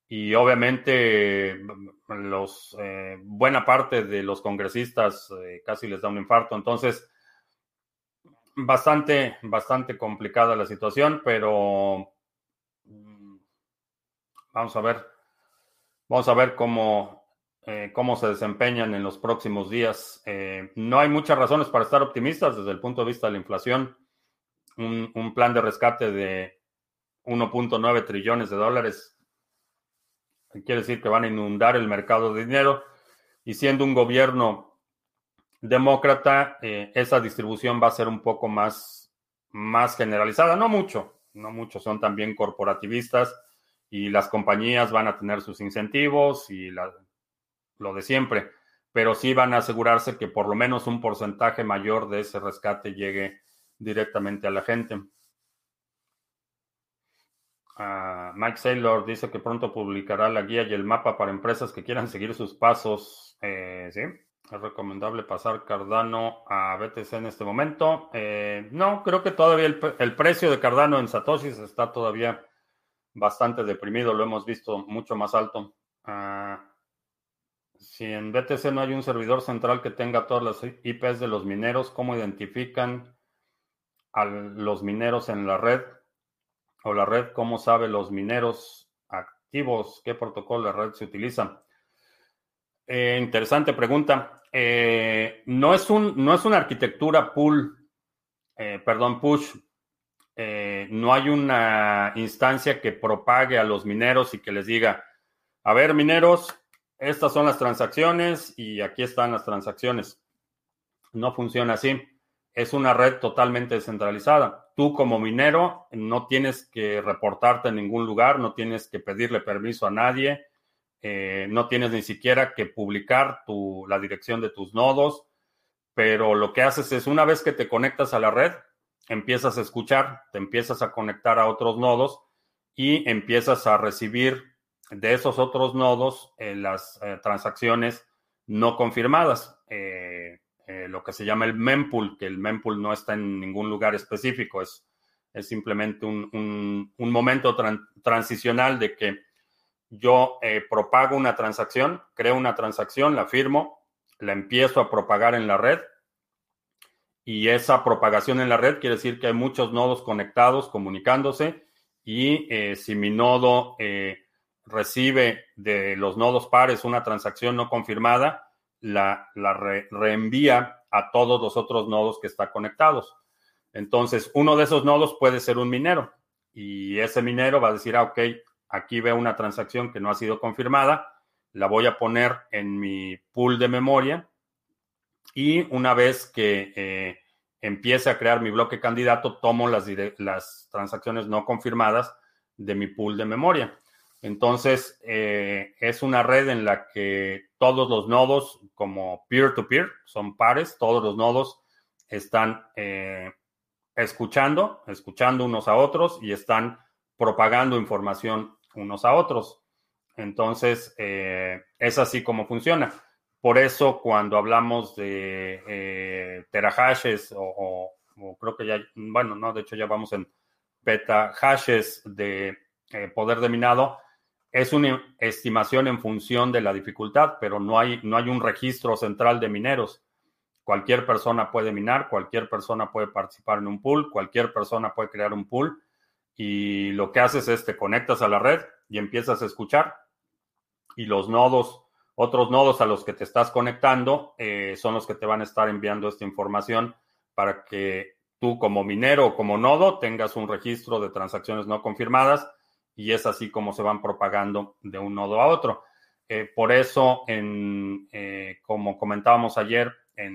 y obviamente los, eh, buena parte de los congresistas eh, casi les da un infarto. Entonces, bastante, bastante complicada la situación, pero mm, vamos a ver, vamos a ver cómo, eh, cómo se desempeñan en los próximos días. Eh, no hay muchas razones para estar optimistas desde el punto de vista de la inflación. Un, un plan de rescate de uno punto nueve trillones de dólares quiere decir que van a inundar el mercado de dinero y siendo un gobierno demócrata, eh, esa distribución va a ser un poco más, más generalizada, no mucho, no mucho, son también corporativistas y las compañías van a tener sus incentivos y la, lo de siempre, pero sí van a asegurarse que por lo menos un porcentaje mayor de ese rescate llegue directamente a la gente. Uh, Mike Saylor dice que pronto publicará la guía y el mapa para empresas que quieran seguir sus pasos. Eh, sí, es recomendable pasar Cardano a B T C en este momento. Eh, no, creo que todavía el, el, precio de Cardano en Satoshis está todavía bastante deprimido. Lo hemos visto mucho más alto. Uh, si en B T C no hay un servidor central que tenga todas las I Ps de los mineros, ¿cómo identifican a los mineros en la red? O la red, ¿cómo sabe los mineros activos? ¿Qué protocolo de red se utiliza? Eh, interesante pregunta. Eh, no, es un, no es una arquitectura pull, eh, perdón, push. Eh, no hay una instancia que propague a los mineros y que les diga, a ver, mineros, estas son las transacciones y aquí están las transacciones. No funciona así. Es una red totalmente descentralizada. Tú como minero no tienes que reportarte en ningún lugar, no tienes que pedirle permiso a nadie, eh, no tienes ni siquiera que publicar tu, la dirección de tus nodos, pero lo que haces es una vez que te conectas a la red, empiezas a escuchar, te empiezas a conectar a otros nodos y empiezas a recibir de esos otros nodos eh, las eh, transacciones no confirmadas. Eh, Eh, lo que se llama el mempool, que el mempool no está en ningún lugar específico, es, es simplemente un, un, un momento tran, transicional de que yo eh, propago una transacción, creo una transacción, la firmo, la empiezo a propagar en la red y esa propagación en la red quiere decir que hay muchos nodos conectados, comunicándose y eh, si mi nodo eh, recibe de los nodos pares una transacción no confirmada, la, la re, reenvía a todos los otros nodos que están conectados. Entonces, uno de esos nodos puede ser un minero y ese minero va a decir, ah, ok, aquí veo una transacción que no ha sido confirmada, la voy a poner en mi pool de memoria y una vez que eh, empiece a crear mi bloque candidato, tomo las, las transacciones no confirmadas de mi pool de memoria. Entonces, eh, es una red en la que todos los nodos, como peer-to-peer, son pares, todos los nodos están eh, escuchando, escuchando unos a otros y están propagando información unos a otros. Entonces, eh, es así como funciona. Por eso, cuando hablamos de eh, terahashes o, o, o creo que ya, bueno, no, de hecho ya vamos en petahashes de eh, poder de minado, es una estimación en función de la dificultad, pero no hay, no hay un registro central de mineros. Cualquier persona puede minar, cualquier persona puede participar en un pool, cualquier persona puede crear un pool y lo que haces es te conectas a la red y empiezas a escuchar y los nodos, otros nodos a los que te estás conectando eh, son los que te van a estar enviando esta información para que tú como minero o como nodo tengas un registro de transacciones no confirmadas y es así como se van propagando de un nodo a otro. Eh, por eso, en, eh, como comentábamos ayer,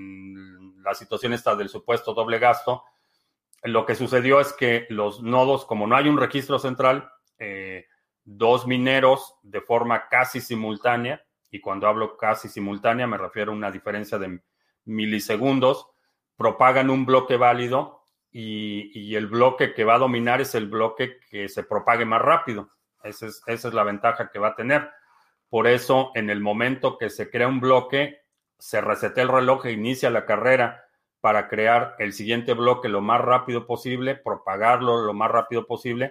en la situación esta del supuesto doble gasto, lo que sucedió es que los nodos, como no hay un registro central, eh, dos mineros de forma casi simultánea, y cuando hablo casi simultánea me refiero a una diferencia de milisegundos, propagan un bloque válido y, y el bloque que va a dominar es el bloque que se propague más rápido. Esa es, esa es la ventaja que va a tener. Por eso, en el momento que se crea un bloque, se resetea el reloj e inicia la carrera para crear el siguiente bloque lo más rápido posible, propagarlo lo más rápido posible,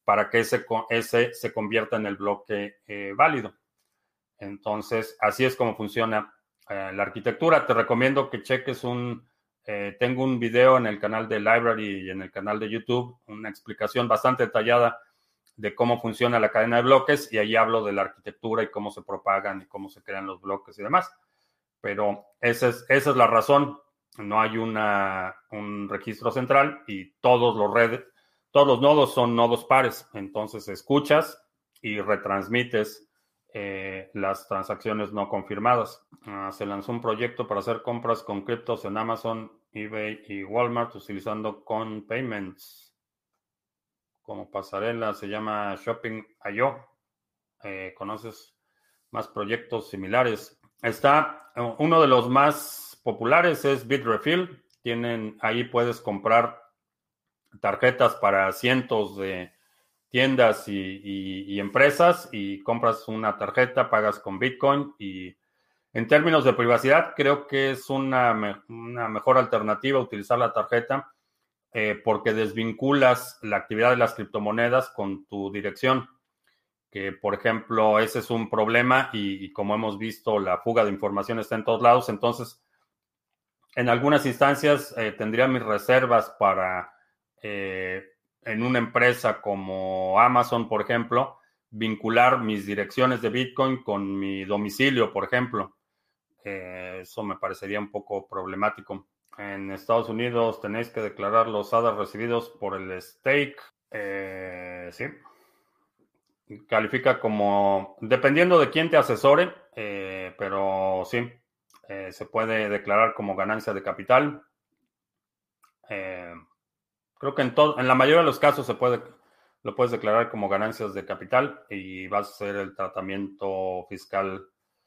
para que ese, ese se convierta en el bloque eh, válido. Entonces, así es como funciona eh, la arquitectura. Te recomiendo que cheques un, eh, tengo un video en el canal de Library y en el canal de YouTube, una explicación bastante detallada de cómo funciona la cadena de bloques, y ahí hablo de la arquitectura y cómo se propagan y cómo se crean los bloques y demás. Pero esa es, esa es la razón. No hay una, un registro central y todos los redes, todos los nodos son nodos pares. Entonces escuchas y retransmites eh, las transacciones no confirmadas. Uh, se lanzó un proyecto para hacer compras con criptos en Amazon, eBay y Walmart utilizando con payments como pasarela. Se llama Shopping punto i o. Eh, ¿Conoces más proyectos similares? Está uno de los más populares es Bitrefill. Tienen, ahí puedes comprar tarjetas para cientos de tiendas y, y, y empresas, y compras una tarjeta, pagas con Bitcoin, y en términos de privacidad creo que es una, me, una mejor alternativa utilizar la tarjeta eh, porque desvinculas la actividad de las criptomonedas con tu dirección, que por ejemplo ese es un problema, y, y como hemos visto la fuga de información está en todos lados. Entonces en algunas instancias eh, tendría mis reservas para eh, en una empresa como Amazon, por ejemplo, vincular mis direcciones de Bitcoin con mi domicilio, por ejemplo. Eh, eso me parecería un poco problemático. En Estados Unidos tenéis que declarar los A D A recibidos por el stake. Eh, sí. Califica como, dependiendo de quién te asesore, eh, pero sí, eh, se puede declarar como ganancia de capital. Eh, creo que en, todo, en la mayoría de los casos se puede, lo puedes declarar como ganancias de capital y vas a hacer el tratamiento fiscal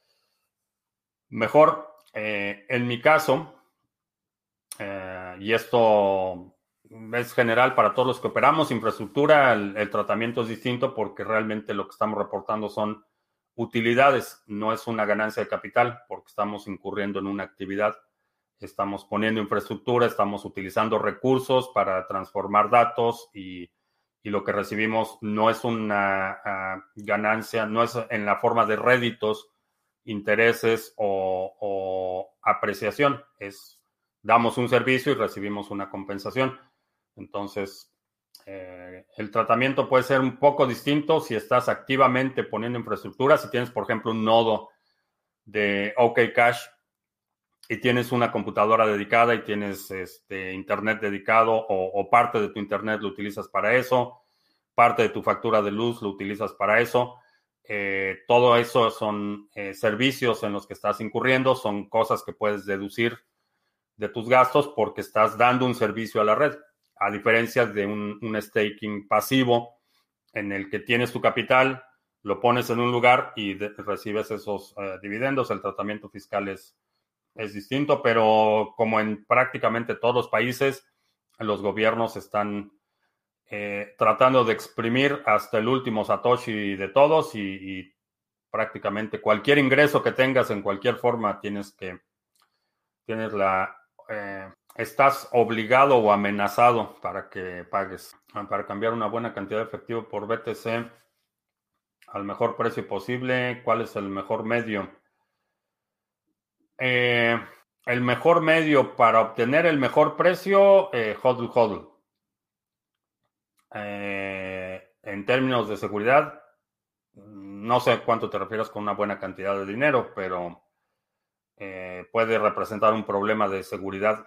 mejor. Eh, en mi caso, eh, y esto es general para todos los que operamos infraestructura, el, el tratamiento es distinto porque realmente lo que estamos reportando son utilidades, no es una ganancia de capital, porque estamos incurriendo en una actividad. Estamos poniendo infraestructura, estamos utilizando recursos para transformar datos, y, y lo que recibimos no es una uh, ganancia, no es en la forma de réditos, intereses o, o apreciación. Es, damos un servicio y recibimos una compensación. Entonces, eh, el tratamiento puede ser un poco distinto si estás activamente poniendo infraestructura. Si tienes, por ejemplo, un nodo de OKCash y tienes una computadora dedicada y tienes este, internet dedicado, o, o parte de tu internet lo utilizas para eso, parte de tu factura de luz lo utilizas para eso. Eh, todo eso son eh, servicios en los que estás incurriendo, son cosas que puedes deducir de tus gastos porque estás dando un servicio a la red, a diferencia de un, un staking pasivo en el que tienes tu capital, lo pones en un lugar y de, recibes esos eh, dividendos. El tratamiento fiscal es es distinto, pero como en prácticamente todos los países, los gobiernos están eh, tratando de exprimir hasta el último satoshi de todos, y, y prácticamente cualquier ingreso que tengas en cualquier forma tienes que, tienes la, eh, estás obligado o amenazado para que pagues. Para cambiar una buena cantidad de efectivo por B T C al mejor precio posible, ¿cuál es el mejor medio? Eh, el mejor medio para obtener el mejor precio, eh, hodl hodl. Eh, en términos de seguridad, no sé cuánto te refieres con una buena cantidad de dinero, pero eh, puede representar un problema de seguridad.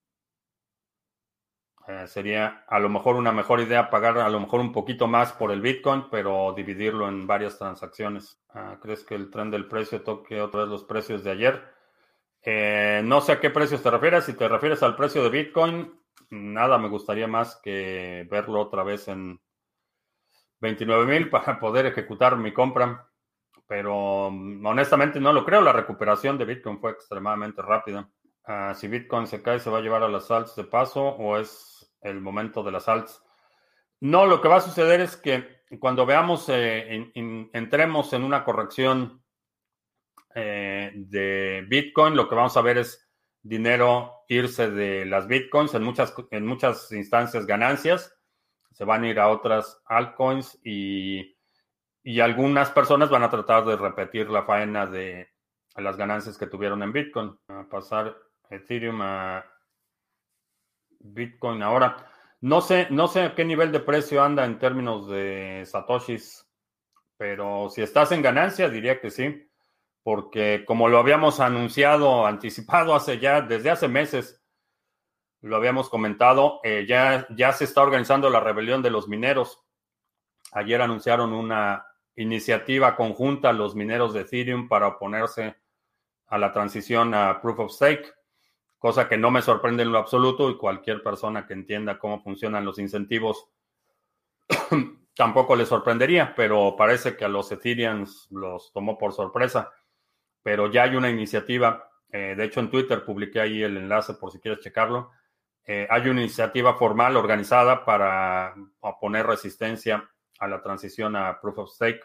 Eh, sería a lo mejor una mejor idea pagar a lo mejor un poquito más por el Bitcoin, pero dividirlo en varias transacciones. Ah, ¿crees que el tren del precio toque otra vez los precios de ayer? Eh, no sé a qué precios te refieres. Si te refieres al precio de Bitcoin, nada me gustaría más que verlo otra vez en veintinueve mil para poder ejecutar mi compra. Pero honestamente no lo creo. La recuperación de Bitcoin fue extremadamente rápida. Uh, si Bitcoin se cae, ¿se va a llevar a las alts de paso o es el momento de las alts? No, lo que va a suceder es que cuando veamos, eh, in, in, entremos en una corrección eh, de Bitcoin, lo que vamos a ver es dinero irse de las Bitcoins, en muchas, en muchas instancias ganancias. se van a ir a otras altcoins y, y algunas personas van a tratar de repetir la faena de las ganancias que tuvieron en Bitcoin. A pasar Ethereum a Bitcoin ahora. No sé, no sé a qué nivel de precio anda en términos de satoshis, pero si estás en ganancia, diría que sí, porque como lo habíamos anunciado, anticipado hace ya, desde hace meses, lo habíamos comentado, eh, ya, ya se está organizando la rebelión de los mineros. Ayer anunciaron una iniciativa conjunta los mineros de Ethereum para oponerse a la transición a Proof of Stake, cosa que no me sorprende en lo absoluto y cualquier persona que entienda cómo funcionan los incentivos tampoco le sorprendería, pero parece que a los Ethereans los tomó por sorpresa. Pero ya hay una iniciativa, eh, de hecho en Twitter publiqué ahí el enlace por si quieres checarlo. Eh, hay una iniciativa formal organizada para oponer resistencia a la transición a Proof of Stake.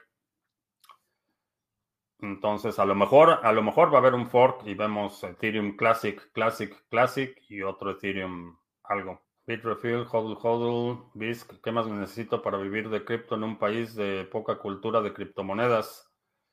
Entonces, a lo mejor, a lo mejor va a haber un fork y vemos Ethereum Classic, Classic, Classic y otro Ethereum algo. Bitrefill, hodl, hodl, B I S C. ¿Qué más necesito para vivir de cripto en un país de poca cultura de criptomonedas?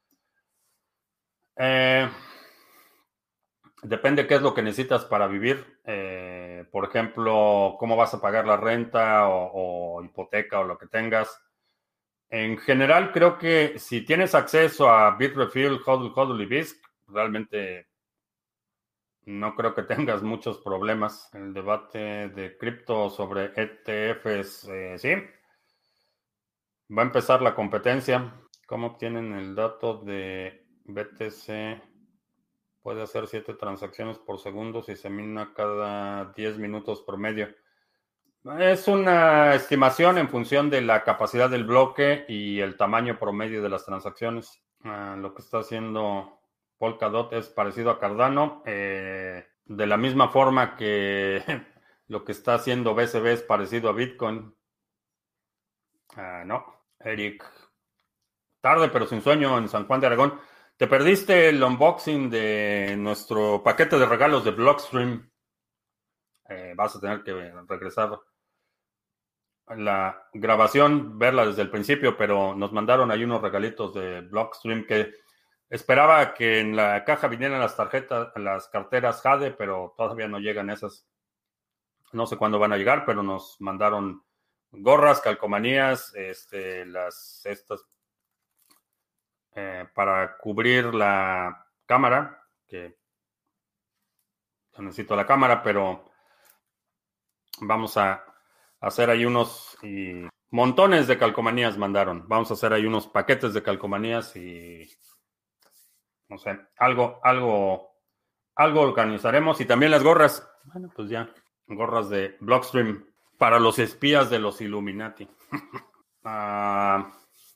Eh, depende qué es lo que necesitas para vivir. Eh, por ejemplo, cómo vas a pagar la renta o, o hipoteca o lo que tengas. En general, creo que si tienes acceso a Bitrefill, hodl, hodl y B I S C, realmente no creo que tengas muchos problemas. El debate de cripto sobre E T Fs, eh, sí. Va a empezar la competencia. ¿Cómo obtienen el dato de B T C? Puede hacer siete transacciones por segundo si se mina cada diez minutos promedio. Es una estimación en función de la capacidad del bloque y el tamaño promedio de las transacciones. Ah, lo que está haciendo Polkadot es parecido a Cardano. Eh, de la misma forma que lo que está haciendo B C B es parecido a Bitcoin. Ah, no. Eric, tarde pero sin sueño en San Juan de Aragón. Te perdiste el unboxing de nuestro paquete de regalos de Blockstream. Eh, vas a tener que regresar a la grabación, verla desde el principio, pero nos mandaron ahí unos regalitos de Blockstream que esperaba que en la caja vinieran las tarjetas, las carteras Jade, pero todavía no llegan esas. No sé cuándo van a llegar, pero nos mandaron gorras, calcomanías, este, las estas eh, para cubrir la cámara, que necesito la cámara, pero vamos a hacer ahí unos y montones de calcomanías mandaron. Vamos a hacer ahí unos paquetes de calcomanías y no sé, algo, algo, algo organizaremos y también las gorras. Bueno, pues ya, gorras de Blockstream para los espías de los Illuminati. Ah,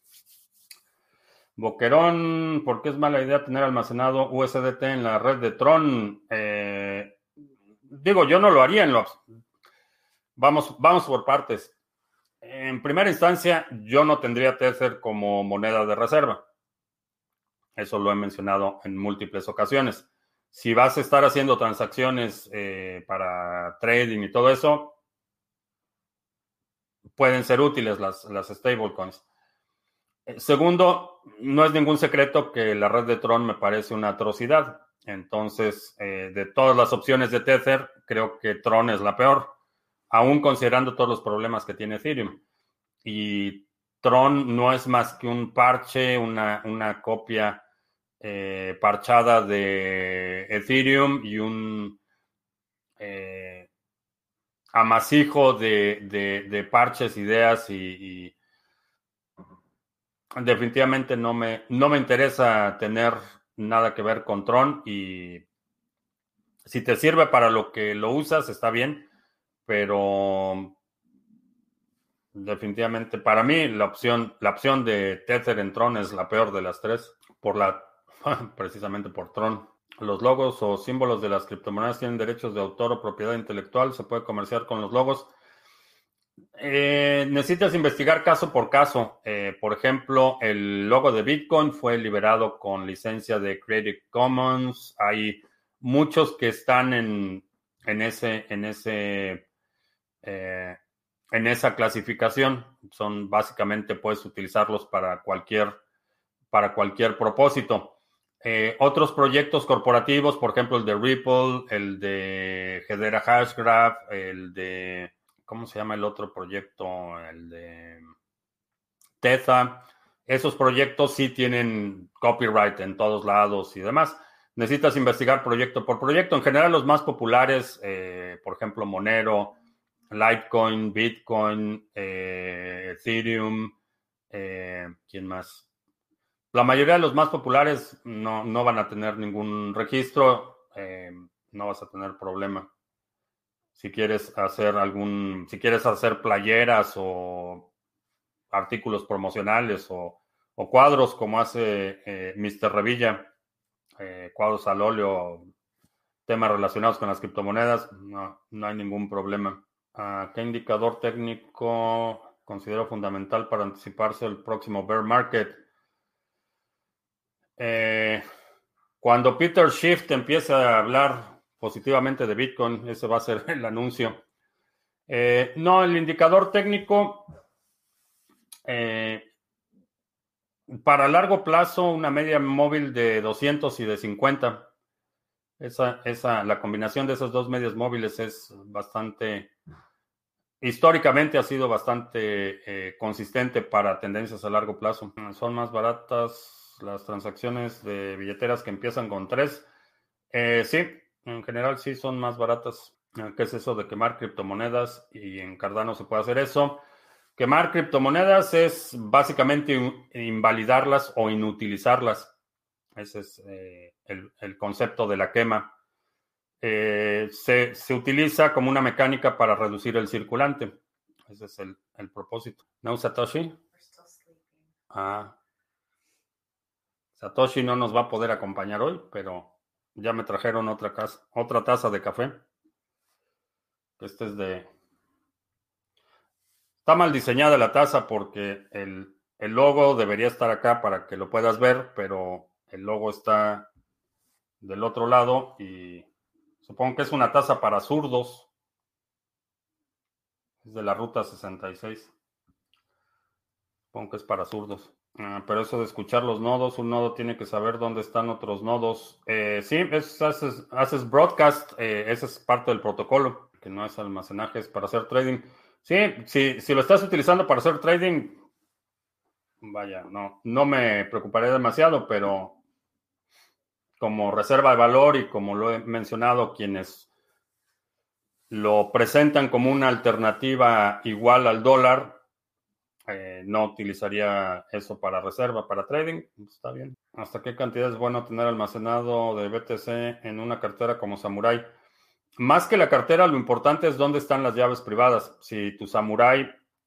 Boquerón, ¿por qué es mala idea tener almacenado U S D T en la red de Tron? Eh, digo, yo no lo haría en lo... Vamos, vamos por partes. En primera instancia, yo no tendría Tether como moneda de reserva. Eso lo he mencionado en múltiples ocasiones. Si vas a estar haciendo transacciones eh, para trading y todo eso, pueden ser útiles las, las stablecoins. Segundo, no es ningún secreto que la red de Tron me parece una atrocidad. Entonces, eh, de todas las opciones de Tether, creo que Tron es la peor, aún considerando todos los problemas que tiene Ethereum. Y Tron no es más que un parche, una, una copia eh, parchada de Ethereum y un eh, amasijo de, de, de parches, ideas y, y definitivamente no me, no me interesa tener nada que ver con Tron y si te sirve para lo que lo usas, está bien, pero definitivamente para mí la opción, la opción de Tether en Tron es la peor de las tres, por la, precisamente por Tron. Los logos o símbolos de las criptomonedas tienen derechos de autor o propiedad intelectual, se puede comerciar con los logos. Eh, necesitas investigar caso por caso. Eh, por ejemplo, el logo de Bitcoin fue liberado con licencia de Creative Commons. Hay muchos que están en, en ese, en ese eh, en esa clasificación. Son básicamente, puedes utilizarlos para cualquier, para cualquier propósito. Eh, otros proyectos corporativos, por ejemplo, el de Ripple, el de Hedera Hashgraph, el de, ¿cómo se llama el otro proyecto? El de Tether. Esos proyectos sí tienen copyright en todos lados y demás. Necesitas investigar proyecto por proyecto. En general, los más populares, eh, por ejemplo, Monero, Litecoin, Bitcoin, eh, Ethereum, eh, ¿quién más? La mayoría de los más populares no, no van a tener ningún registro, eh, no vas a tener problema. Si quieres hacer algún, si quieres hacer playeras o artículos promocionales o, o cuadros como hace eh, míster Revilla, eh, cuadros al óleo, temas relacionados con las criptomonedas, no, no hay ningún problema. Uh, ¿Qué indicador técnico considero fundamental para anticiparse el próximo bear market? Eh, cuando Peter Schiff empiece a hablar positivamente de Bitcoin, ese va a ser el anuncio. Eh, no, el indicador técnico, eh, para largo plazo, una media móvil de doscientos y de cincuenta. Esa, esa, la combinación de esas dos medias móviles es bastante, históricamente ha sido bastante eh, consistente para tendencias a largo plazo. Son más baratas las transacciones de billeteras que empiezan con tres. Eh, sí, en general sí son más baratas. ¿Qué es eso de quemar criptomonedas? Y en Cardano se puede hacer eso. Quemar criptomonedas es básicamente invalidarlas o inutilizarlas. Ese es eh, el, el, concepto de la quema. Eh, se, se, utiliza como una mecánica para reducir el circulante. Ese es el, el propósito. ¿No, Satoshi? Ah. Satoshi no nos va a poder acompañar hoy, pero ya me trajeron otra, casa, otra taza de café. Este es de... Está mal diseñada la taza porque el, el logo debería estar acá para que lo puedas ver, pero el logo está del otro lado y supongo que es una taza para zurdos. Es de la ruta sesenta y seis. Supongo que es para zurdos. Ah, pero eso de escuchar los nodos, un nodo tiene que saber dónde están otros nodos. Eh, sí, es, haces, haces broadcast, eh, ese es parte del protocolo, que no es almacenaje, es para hacer trading. Sí, sí, si lo estás utilizando para hacer trading, vaya, no, no me preocuparé demasiado, pero como reserva de valor y como lo he mencionado, quienes lo presentan como una alternativa igual al dólar, eh, no utilizaría eso para reserva, para trading. Está bien. ¿Hasta qué cantidad es bueno tener almacenado de B T C en una cartera como Samurai? Más que la cartera, lo importante es dónde están las llaves privadas. Si tu Samurai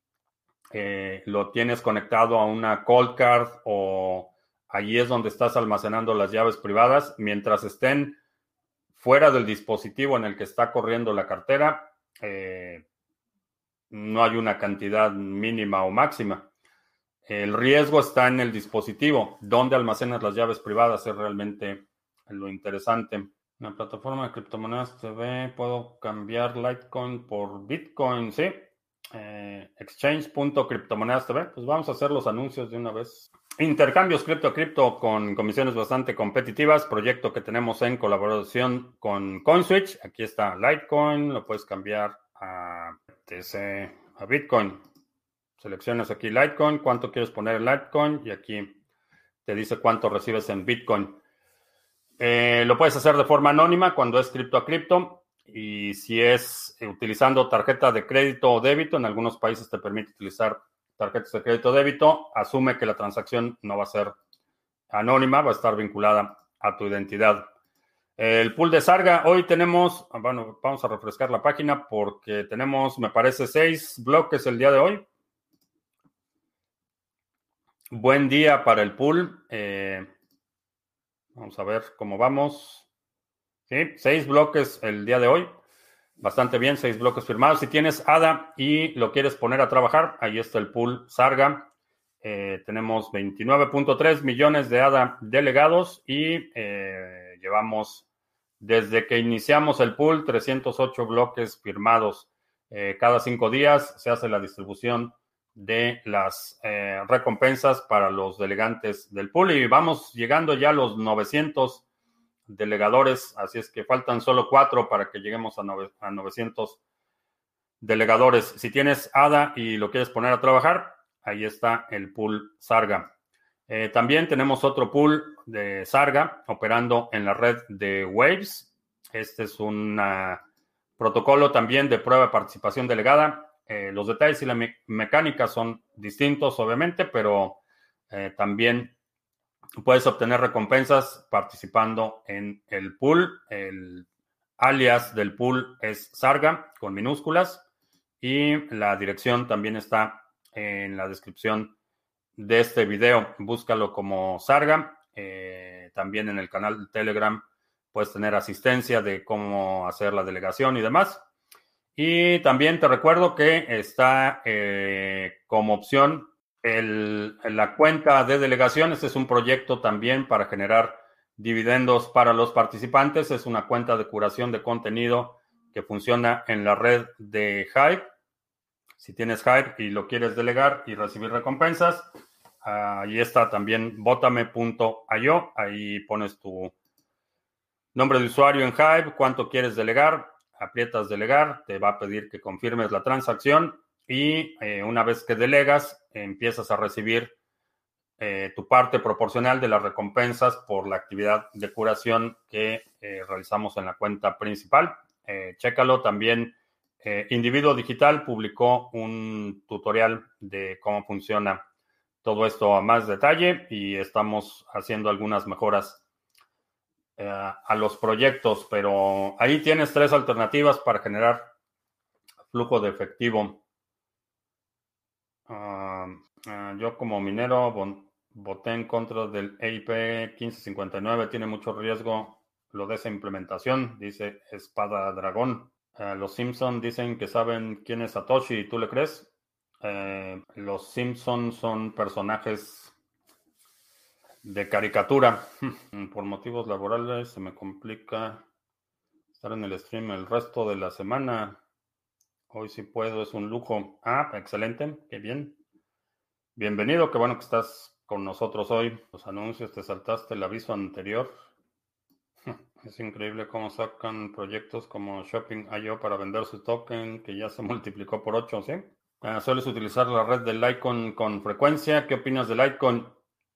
eh, lo tienes conectado a una cold card o allí es donde estás almacenando las llaves privadas, mientras estén fuera del dispositivo en el que está corriendo la cartera, eh, no hay una cantidad mínima o máxima. El riesgo está en el dispositivo. Dónde almacenas las llaves privadas es realmente lo interesante. En la plataforma de criptomonedas T V puedo cambiar Litecoin por Bitcoin, ¿sí? Eh, exchange punto criptomonedas T V. Pues vamos a hacer los anuncios de una vez. Intercambios cripto a cripto con comisiones bastante competitivas. Proyecto que tenemos en colaboración con CoinSwitch. Aquí está Litecoin. Lo puedes cambiar a, a Bitcoin. Seleccionas aquí Litecoin, cuánto quieres poner en Litecoin y aquí te dice cuánto recibes en Bitcoin. Eh, lo puedes hacer de forma anónima cuando es cripto a cripto y si es eh, utilizando tarjeta de crédito o débito, en algunos países te permite utilizar tarjetas de crédito o débito, asume que la transacción no va a ser anónima, va a estar vinculada a tu identidad. El pool de Sarga, hoy tenemos, bueno, vamos a refrescar la página porque tenemos, me parece, seis bloques el día de hoy. Buen día para el pool. Eh, vamos a ver cómo vamos. Sí, seis bloques el día de hoy. Bastante bien, seis bloques firmados. Si tienes A D A y lo quieres poner a trabajar, ahí está el pool Sarga. Eh, tenemos veintinueve punto tres millones de A D A delegados y eh, llevamos desde que iniciamos el pool trescientos ocho bloques firmados. Eh, cada cinco días se hace la distribución de las eh, recompensas para los delegantes del pool y vamos llegando ya a los novecientos delegadores, así es que faltan solo cuatro para que lleguemos a, nove, a novecientos delegadores. Si tienes A D A y lo quieres poner a trabajar, ahí está el pool Sarga. Eh, también tenemos otro pool de Sarga operando en la red de Waves. Este es un uh, protocolo también de prueba de participación delegada. Eh, los detalles y la me mecánica son distintos, obviamente, pero eh, también puedes obtener recompensas participando en el pool. El alias del pool es Sarga, con minúsculas, y la dirección también está en la descripción de este video. Búscalo como Sarga. Eh, también en el canal de Telegram puedes tener asistencia de cómo hacer la delegación y demás. Y también te recuerdo que está eh, como opción el, la cuenta de delegación. Este es un proyecto también para generar dividendos para los participantes. Es una cuenta de curación de contenido que funciona en la red de Hive. Si tienes Hive y lo quieres delegar y recibir recompensas, ahí está también botame punto io. Ahí pones tu nombre de usuario en Hive, cuánto quieres delegar, aprietas delegar, te va a pedir que confirmes la transacción y eh, una vez que delegas, eh, empiezas a recibir eh, tu parte proporcional de las recompensas por la actividad de curación que eh, realizamos en la cuenta principal. Eh, chécalo también. Eh, Individuo Digital publicó un tutorial de cómo funciona todo esto a más detalle y estamos haciendo algunas mejoras eh, a los proyectos, pero ahí tienes tres alternativas para generar flujo de efectivo. Uh, uh, yo como minero voté en contra del E I P quince cincuenta y nueve, tiene mucho riesgo lo de esa implementación, dice Espada Dragón. Uh, los Simpson dicen que saben quién es Satoshi y tú le crees. Uh, los Simpson son personajes de caricatura. Por motivos laborales se me complica estar en el stream el resto de la semana. Hoy sí puedo, es un lujo. Ah, excelente, qué bien. Bienvenido, qué bueno que estás con nosotros hoy. Los anuncios, te saltaste el aviso anterior. Es increíble cómo sacan proyectos como Shopping punto io para vender su token, que ya se multiplicó por ocho, ¿sí? Uh, ¿Sueles utilizar la red de Litecoin con frecuencia? ¿Qué opinas de Litecoin?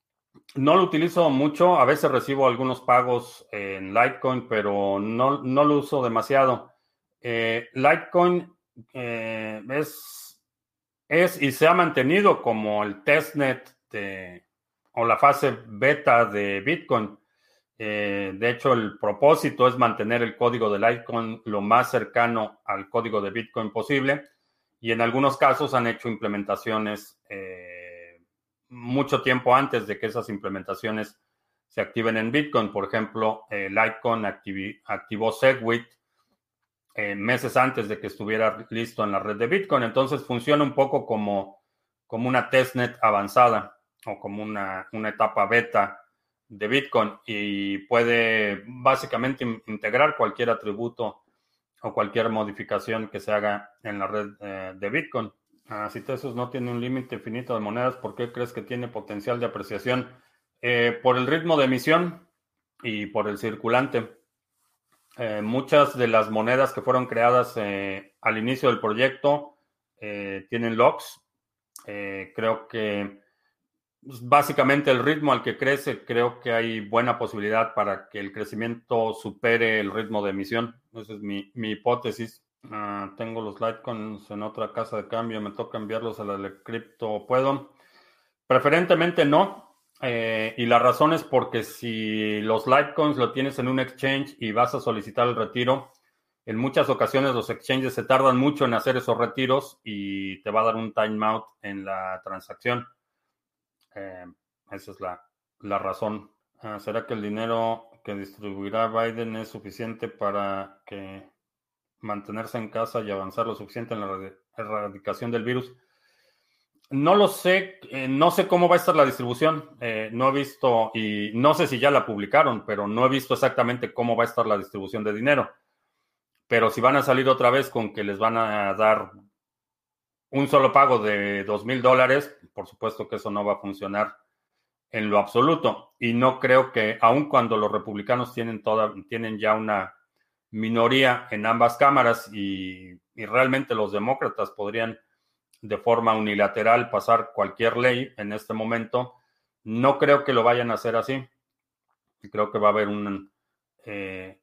No lo utilizo mucho, a veces recibo algunos pagos en Litecoin, pero no, no lo uso demasiado. Eh, Litecoin eh, es, es y se ha mantenido como el testnet de, o la fase beta de Bitcoin. Eh, de hecho, el propósito es mantener el código de Litecoin lo más cercano al código de Bitcoin posible y en algunos casos han hecho implementaciones eh, mucho tiempo antes de que esas implementaciones se activen en Bitcoin. Por ejemplo, eh, Litecoin activi- activó Segwit eh, meses antes de que estuviera listo en la red de Bitcoin. Entonces funciona un poco como, como una testnet avanzada o como una, una etapa beta de Bitcoin y puede básicamente in- integrar cualquier atributo o cualquier modificación que se haga en la red eh, de Bitcoin. Ah, si Tesos no tiene un límite infinito de monedas, ¿por qué crees que tiene potencial de apreciación? Eh, por el ritmo de emisión y por el circulante. Eh, muchas de las monedas que fueron creadas eh, al inicio del proyecto eh, tienen locks. Eh, creo que pues, básicamente el ritmo al que crece, creo que hay buena posibilidad para que el crecimiento supere el ritmo de emisión. Esa es mi, mi hipótesis. Uh, tengo los Litecoins en otra casa de cambio, me toca enviarlos a la de cripto. ¿Puedo? Preferentemente no. Eh, y la razón es porque si los Litecoins lo tienes en un exchange y vas a solicitar el retiro, en muchas ocasiones los exchanges se tardan mucho en hacer esos retiros y te va a dar un timeout en la transacción. Eh, esa es la, la razón. Ah, ¿será que el dinero que distribuirá Biden es suficiente para que mantenerse en casa y avanzar lo suficiente en la erradicación del virus? No lo sé, eh, no sé cómo va a estar la distribución. Eh, no he visto, y no sé si ya la publicaron, pero no he visto exactamente cómo va a estar la distribución de dinero. Pero si van a salir otra vez con que les van a dar un solo pago de dos mil dólares, por supuesto que eso no va a funcionar en lo absoluto. Y no creo que, aun cuando los republicanos tienen, toda, tienen ya una minoría en ambas cámaras y, y realmente los demócratas podrían de forma unilateral pasar cualquier ley en este momento, no creo que lo vayan a hacer así. Creo que va a haber un, eh,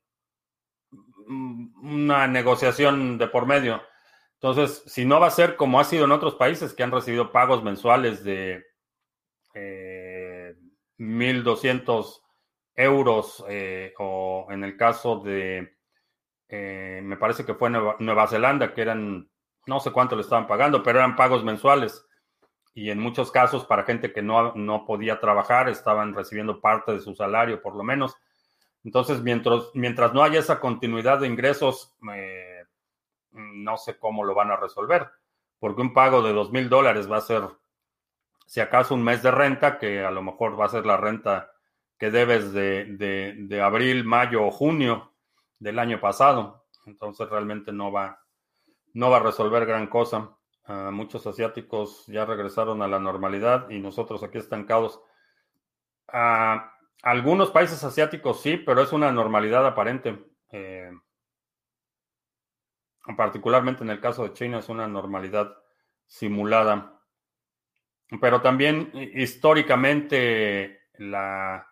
una negociación de por medio. Entonces, si no va a ser como ha sido en otros países que han recibido pagos mensuales de eh, mil doscientos euros, eh, o en el caso de, eh, me parece que fue Nueva, Nueva Zelanda, que eran, no sé cuánto le estaban pagando, pero eran pagos mensuales. Y en muchos casos, para gente que no, no podía trabajar, estaban recibiendo parte de su salario, por lo menos. Entonces, mientras, mientras no haya esa continuidad de ingresos, eh, no sé cómo lo van a resolver, porque un pago de dos mil dólares va a ser, si acaso, un mes de renta, que a lo mejor va a ser la renta que debes de, de, de abril, mayo o junio del año pasado. Entonces, realmente no va, no va a resolver gran cosa. Uh, muchos asiáticos ya regresaron a la normalidad y nosotros aquí estancados. Uh, algunos países asiáticos sí, pero es una normalidad aparente. Eh, particularmente en el caso de China es una normalidad simulada. Pero también históricamente la,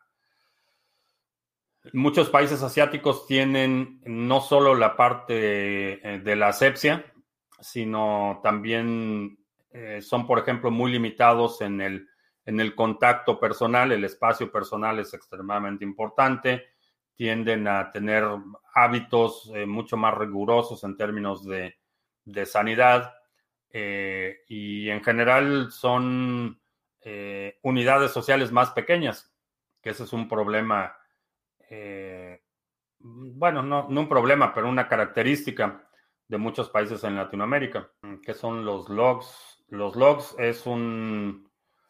muchos países asiáticos tienen no solo la parte de la asepsia, sino también eh, son, por ejemplo, muy limitados en el, en el contacto personal. El espacio personal es extremadamente importante. Tienden a tener hábitos eh, mucho más rigurosos en términos de, de sanidad, eh, y en general son eh, unidades sociales más pequeñas, que ese es un problema, eh, bueno, no, no un problema, pero una característica de muchos países en Latinoamérica. ¿Qué son los logs? Los logs es un,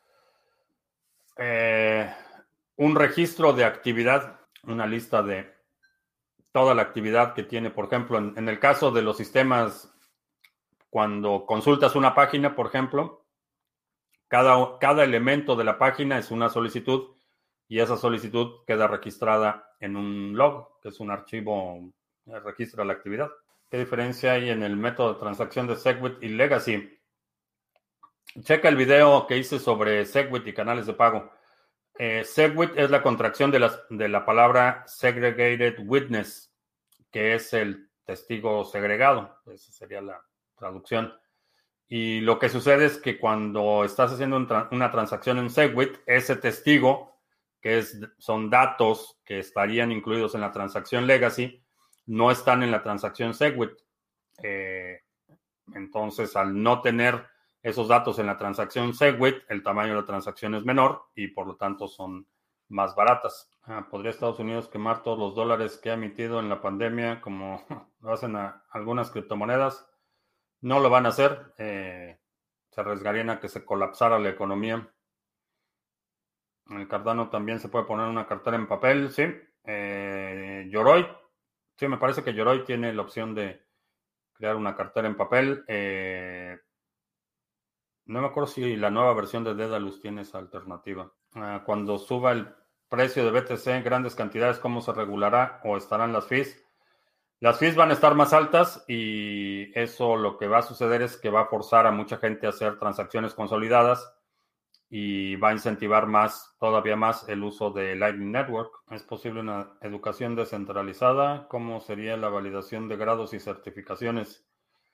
eh, un registro de actividad, una lista de toda la actividad que tiene. Por ejemplo, en, en el caso de los sistemas, cuando consultas una página, por ejemplo, cada, cada elemento de la página es una solicitud y esa solicitud queda registrada en un log, que es un archivo que registra la actividad. ¿Qué diferencia hay en el método de transacción de Segwit y Legacy? Checa el video que hice sobre Segwit y canales de pago. Eh, Segwit es la contracción de, las, de la palabra Segregated Witness, que es el testigo segregado. Esa sería la traducción. Y lo que sucede es que cuando estás haciendo un tra una transacción en Segwit, ese testigo, que es, son datos que estarían incluidos en la transacción Legacy, no están en la transacción Segwit. Eh, entonces, al no tener esos datos en la transacción Segwit, el tamaño de la transacción es menor y por lo tanto son más baratas. Ah, ¿podría Estados Unidos quemar todos los dólares que ha emitido en la pandemia como lo hacen a algunas criptomonedas? No lo van a hacer. Eh, se arriesgarían a que se colapsara la economía. En el Cardano también se puede poner una cartera en papel, sí. Eh, Yoroi, sí, me parece que Yoroi tiene la opción de crear una cartera en papel. Eh, no me acuerdo si la nueva versión de Dedalus tiene esa alternativa. Ah, cuando suba el precio de B T C en grandes cantidades, ¿cómo se regulará o estarán las fees? Las fees van a estar más altas y eso lo que va a suceder es que va a forzar a mucha gente a hacer transacciones consolidadas y va a incentivar más, todavía más, el uso de Lightning Network. ¿Es posible una educación descentralizada? ¿Cómo sería la validación de grados y certificaciones?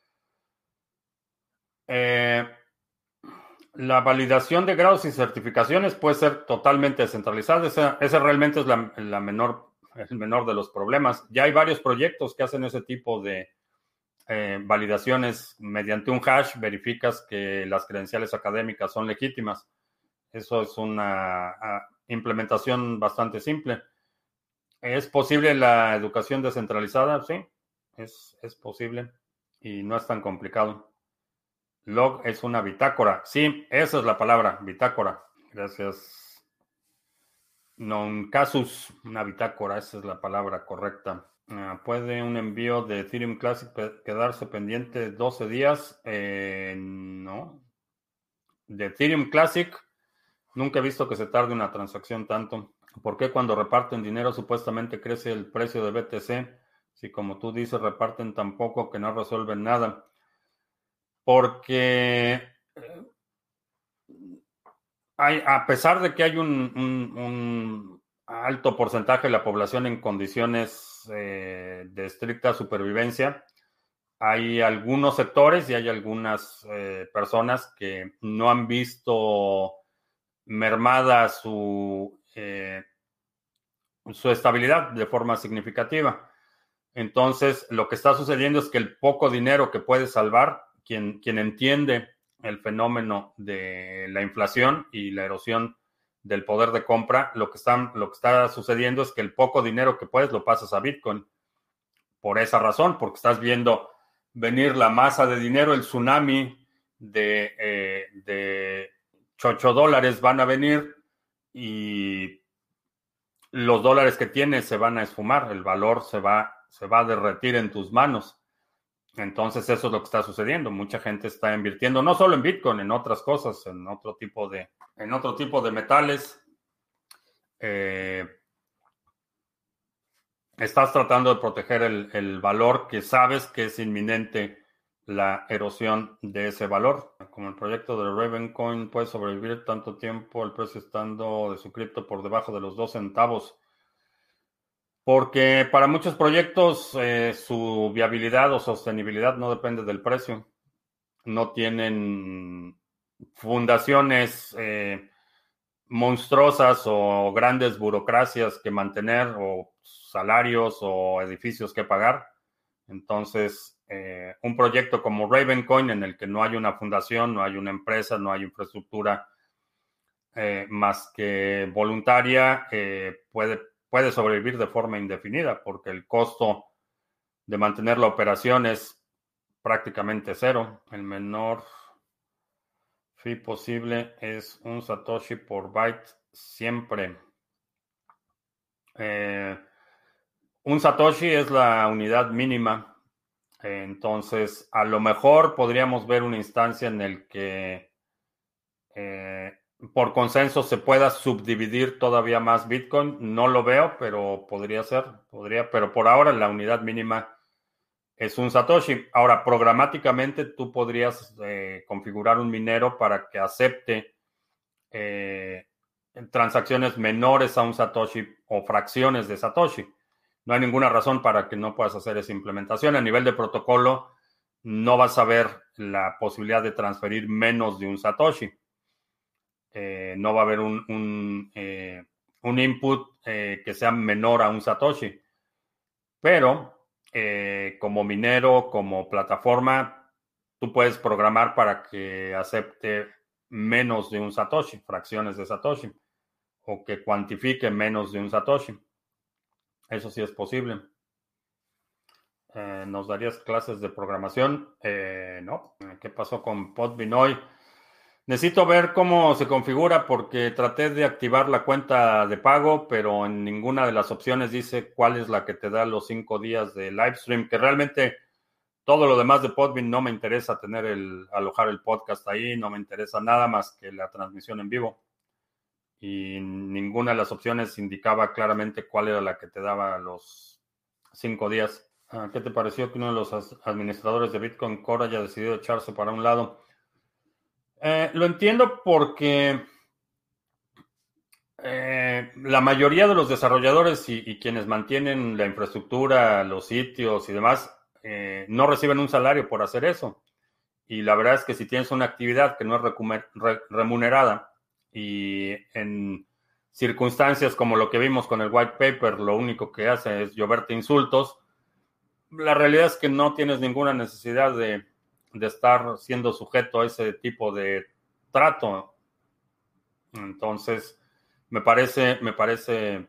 Eh, la validación de grados y certificaciones puede ser totalmente descentralizada. Esa, esa realmente es la, la menor, el menor de los problemas. Ya hay varios proyectos que hacen ese tipo de eh, validaciones. Mediante un hash verificas que las credenciales académicas son legítimas. Eso es una uh, implementación bastante simple. ¿Es posible la educación descentralizada? Sí, es, es posible y no es tan complicado. Log es una bitácora. Sí, esa es la palabra, bitácora. Gracias. non casus, una bitácora, esa es la palabra correcta. Uh, ¿Puede un envío de Ethereum Classic pe quedarse pendiente doce días? Eh, no. De Ethereum Classic, nunca he visto que se tarde una transacción tanto. ¿Por qué cuando reparten dinero supuestamente crece el precio de B T C? Si como tú dices, reparten tan poco que no resuelven nada. Porque hay, a pesar de que hay un, un, un alto porcentaje de la población en condiciones eh, de estricta supervivencia, hay algunos sectores y hay algunas eh, personas que no han visto mermada su, eh, su estabilidad de forma significativa. Entonces, lo que está sucediendo es que el poco dinero que puede salvar, quien, quien entiende el fenómeno de la inflación y la erosión del poder de compra, lo que, está, lo que está sucediendo es que el poco dinero que puedes lo pasas a Bitcoin. Por esa razón, porque estás viendo venir la masa de dinero, el tsunami de, eh, de ocho dólares van a venir y los dólares que tienes se van a esfumar, el valor se va, se va a derretir en tus manos. Entonces eso es lo que está sucediendo. Mucha gente está invirtiendo no solo en Bitcoin, en otras cosas, en otro tipo de, en otro tipo de metales. Eh, estás tratando de proteger el, el valor que sabes que es inminente la erosión de ese valor. Como el proyecto de Ravencoin puede sobrevivir tanto tiempo, el precio estando de su cripto por debajo de los dos centavos. Porque para muchos proyectos eh, su viabilidad o sostenibilidad no depende del precio. No tienen fundaciones eh, monstruosas o grandes burocracias que mantener o salarios o edificios que pagar. Entonces, eh, un proyecto como Ravencoin en el que no hay una fundación, no hay una empresa, no hay infraestructura eh, más que voluntaria, eh, puede puede sobrevivir de forma indefinida porque el costo de mantener la operación es prácticamente cero. El menor fee posible es un Satoshi por byte siempre. Eh, un Satoshi es la unidad mínima. Entonces, a lo mejor podríamos ver una instancia en el que eh, por consenso se pueda subdividir todavía más Bitcoin. No lo veo, pero podría ser, podría, pero por ahora la unidad mínima es un Satoshi. Ahora, programáticamente tú podrías eh, configurar un minero para que acepte eh, transacciones menores a un Satoshi o fracciones de Satoshi. No hay ninguna razón para que no puedas hacer esa implementación. A nivel de protocolo, no vas a ver la posibilidad de transferir menos de un Satoshi. Eh, no va a haber un, un, eh, un input eh, que sea menor a un Satoshi. Pero eh, como minero, como plataforma, tú puedes programar para que acepte menos de un Satoshi, fracciones de Satoshi, o que cuantifique menos de un Satoshi. Eso sí es posible. Eh, ¿Nos darías clases de programación? Eh, no. ¿Qué pasó con Podbean hoy? Necesito ver cómo se configura porque traté de activar la cuenta de pago, pero en ninguna de las opciones dice cuál es la que te da los cinco días de live stream, que realmente todo lo demás de Podbean no me interesa tener el, alojar el podcast ahí, no me interesa nada más que la transmisión en vivo. Y ninguna de las opciones indicaba claramente cuál era la que te daba los cinco días. ¿Qué te pareció que uno de los administradores de Bitcoin Core haya decidido echarse para un lado? Eh, lo entiendo porque eh, la mayoría de los desarrolladores y, y, quienes mantienen la infraestructura, los sitios y demás, eh, no reciben un salario por hacer eso. Y la verdad es que si tienes una actividad que no es re remunerada y en circunstancias como lo que vimos con el white paper, lo único que hace es lloverte insultos, la realidad es que no tienes ninguna necesidad de, de estar siendo sujeto a ese tipo de trato. Entonces, me parece, me parece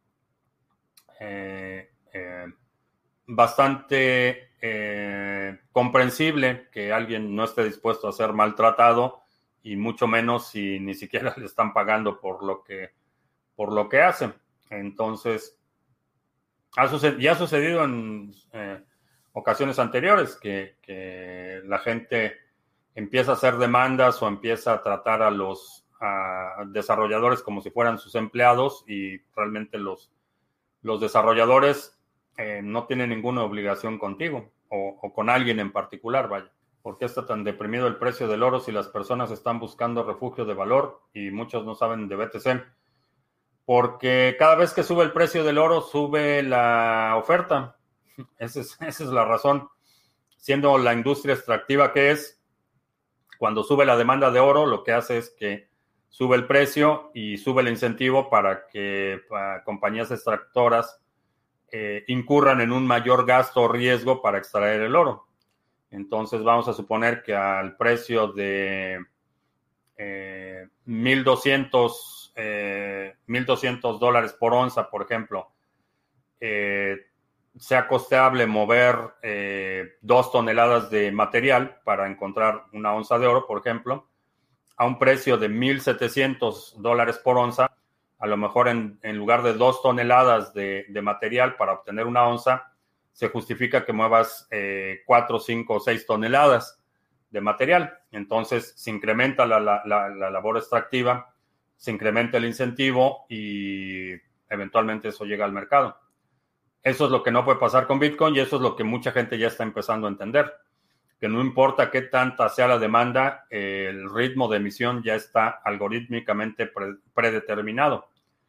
eh, eh, bastante eh, comprensible que alguien no esté dispuesto a ser maltratado y mucho menos si ni siquiera le están pagando por lo que por lo que hace. Entonces, ha suced- ya ha sucedido en eh, ocasiones anteriores que, que la gente empieza a hacer demandas o empieza a tratar a los a desarrolladores como si fueran sus empleados y realmente los, los desarrolladores eh, no tienen ninguna obligación contigo o, o con alguien en particular, vaya. ¿Por qué está tan deprimido el precio del oro si las personas están buscando refugio de valor y muchos no saben de B T C? Porque cada vez que sube el precio del oro, sube la oferta. Esa es, esa es la razón. Siendo la industria extractiva que es, cuando sube la demanda de oro, lo que hace es que sube el precio y sube el incentivo para que para compañías extractoras eh, incurran en un mayor gasto o riesgo para extraer el oro. Entonces vamos a suponer que al precio de eh, mil doscientos eh, mil doscientos dólares por onza, por ejemplo, eh, sea costeable mover eh, dos toneladas de material para encontrar una onza de oro, por ejemplo, a un precio de mil setecientos dólares por onza, a lo mejor en, en lugar de dos toneladas de, de, material para obtener una onza, se justifica que muevas eh, cuatro, cinco o seis toneladas de material. Entonces se incrementa la, la, la, la labor extractiva, se incrementa el incentivo y eventualmente eso llega al mercado. Eso es lo que no puede pasar con Bitcoin y eso es lo que mucha gente ya está empezando a entender. Que no importa qué tanta sea la demanda, eh, el ritmo de emisión ya está algorítmicamente pre predeterminado.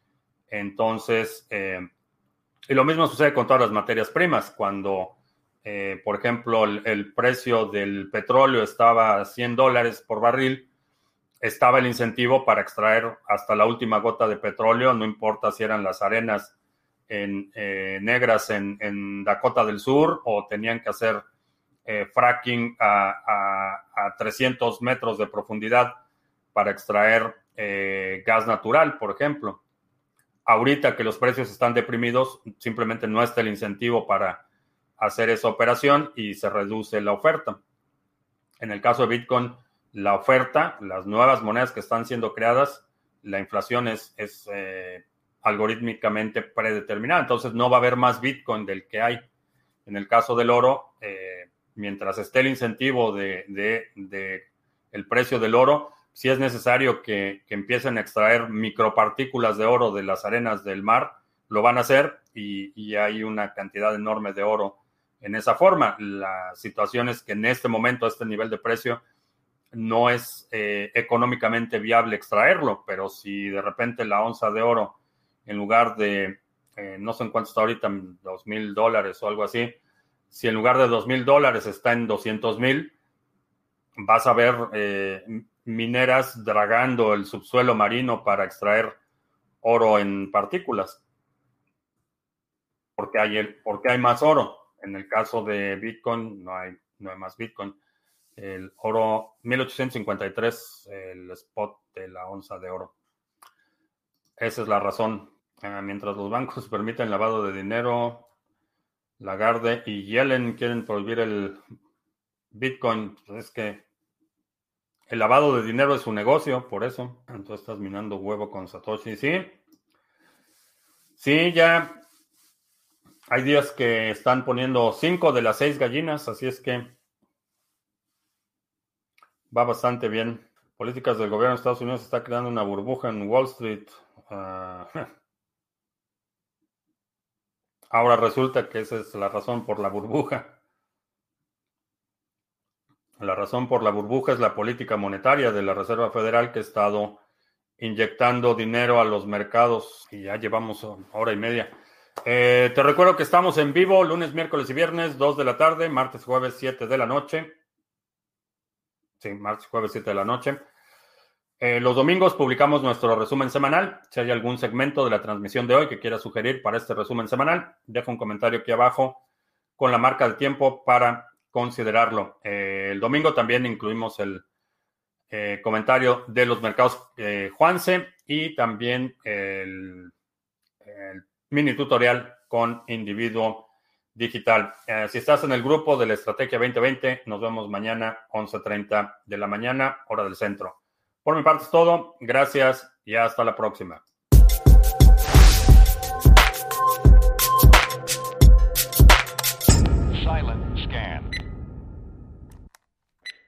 Entonces, eh, y lo mismo sucede con todas las materias primas. Cuando, eh, por ejemplo, el, el precio del petróleo estaba a cien dólares por barril, estaba el incentivo para extraer hasta la última gota de petróleo, no importa si eran las arenas en, eh, negras en, en Dakota del Sur o tenían que hacer Eh, fracking a, a, a trescientos metros de profundidad para extraer eh, gas natural, por ejemplo. Ahorita que los precios están deprimidos, simplemente no está el incentivo para hacer esa operación y se reduce la oferta. En el caso de Bitcoin, la oferta, las nuevas monedas que están siendo creadas, la inflación es, es eh, algorítmicamente predeterminada, entonces no va a haber más Bitcoin del que hay. En el caso del oro, eh, mientras esté el incentivo de, de, de el precio del oro, si es necesario que, que empiecen a extraer micropartículas de oro de las arenas del mar, lo van a hacer y, y hay una cantidad enorme de oro en esa forma. La situación es que en este momento, a este nivel de precio, no es eh, económicamente viable extraerlo, pero si de repente la onza de oro, en lugar de, eh, no sé en cuánto está ahorita, dos mil dólares o algo así, si en lugar de dos mil dólares está en doscientos mil, vas a ver eh, mineras dragando el subsuelo marino para extraer oro en partículas. Porque hay, el, porque hay más oro. En el caso de Bitcoin, no hay, no hay más Bitcoin. El oro, mil ochocientos cincuenta y tres, el spot de la onza de oro. Esa es la razón. Eh, mientras los bancos permiten lavado de dinero, Lagarde y Yellen quieren prohibir el Bitcoin. Pues es que el lavado de dinero es su negocio, por eso. Entonces estás minando huevo con Satoshi. Sí, sí, ya hay días que están poniendo cinco de las seis gallinas, así es que va bastante bien. Políticas del gobierno de Estados Unidos está creando una burbuja en Wall Street. Uh, ahora resulta que esa es la razón por la burbuja. La razón por la burbuja es la política monetaria de la Reserva Federal que ha estado inyectando dinero a los mercados y ya llevamos hora y media. Eh, te recuerdo que estamos en vivo lunes, miércoles y viernes, dos de la tarde, martes, jueves, siete de la noche. Sí, martes, jueves, siete de la noche. Eh, los domingos publicamos nuestro resumen semanal. Si hay algún segmento de la transmisión de hoy que quiera sugerir para este resumen semanal, deja un comentario aquí abajo con la marca de tiempo para considerarlo. Eh, el domingo también incluimos el eh, comentario de los mercados eh, Juanse y también el, el mini tutorial con individuo digital. Eh, si estás en el grupo de la Estrategia veinte veinte, nos vemos mañana once treinta de la mañana, hora del centro. Por mi parte es todo. Gracias y hasta la próxima.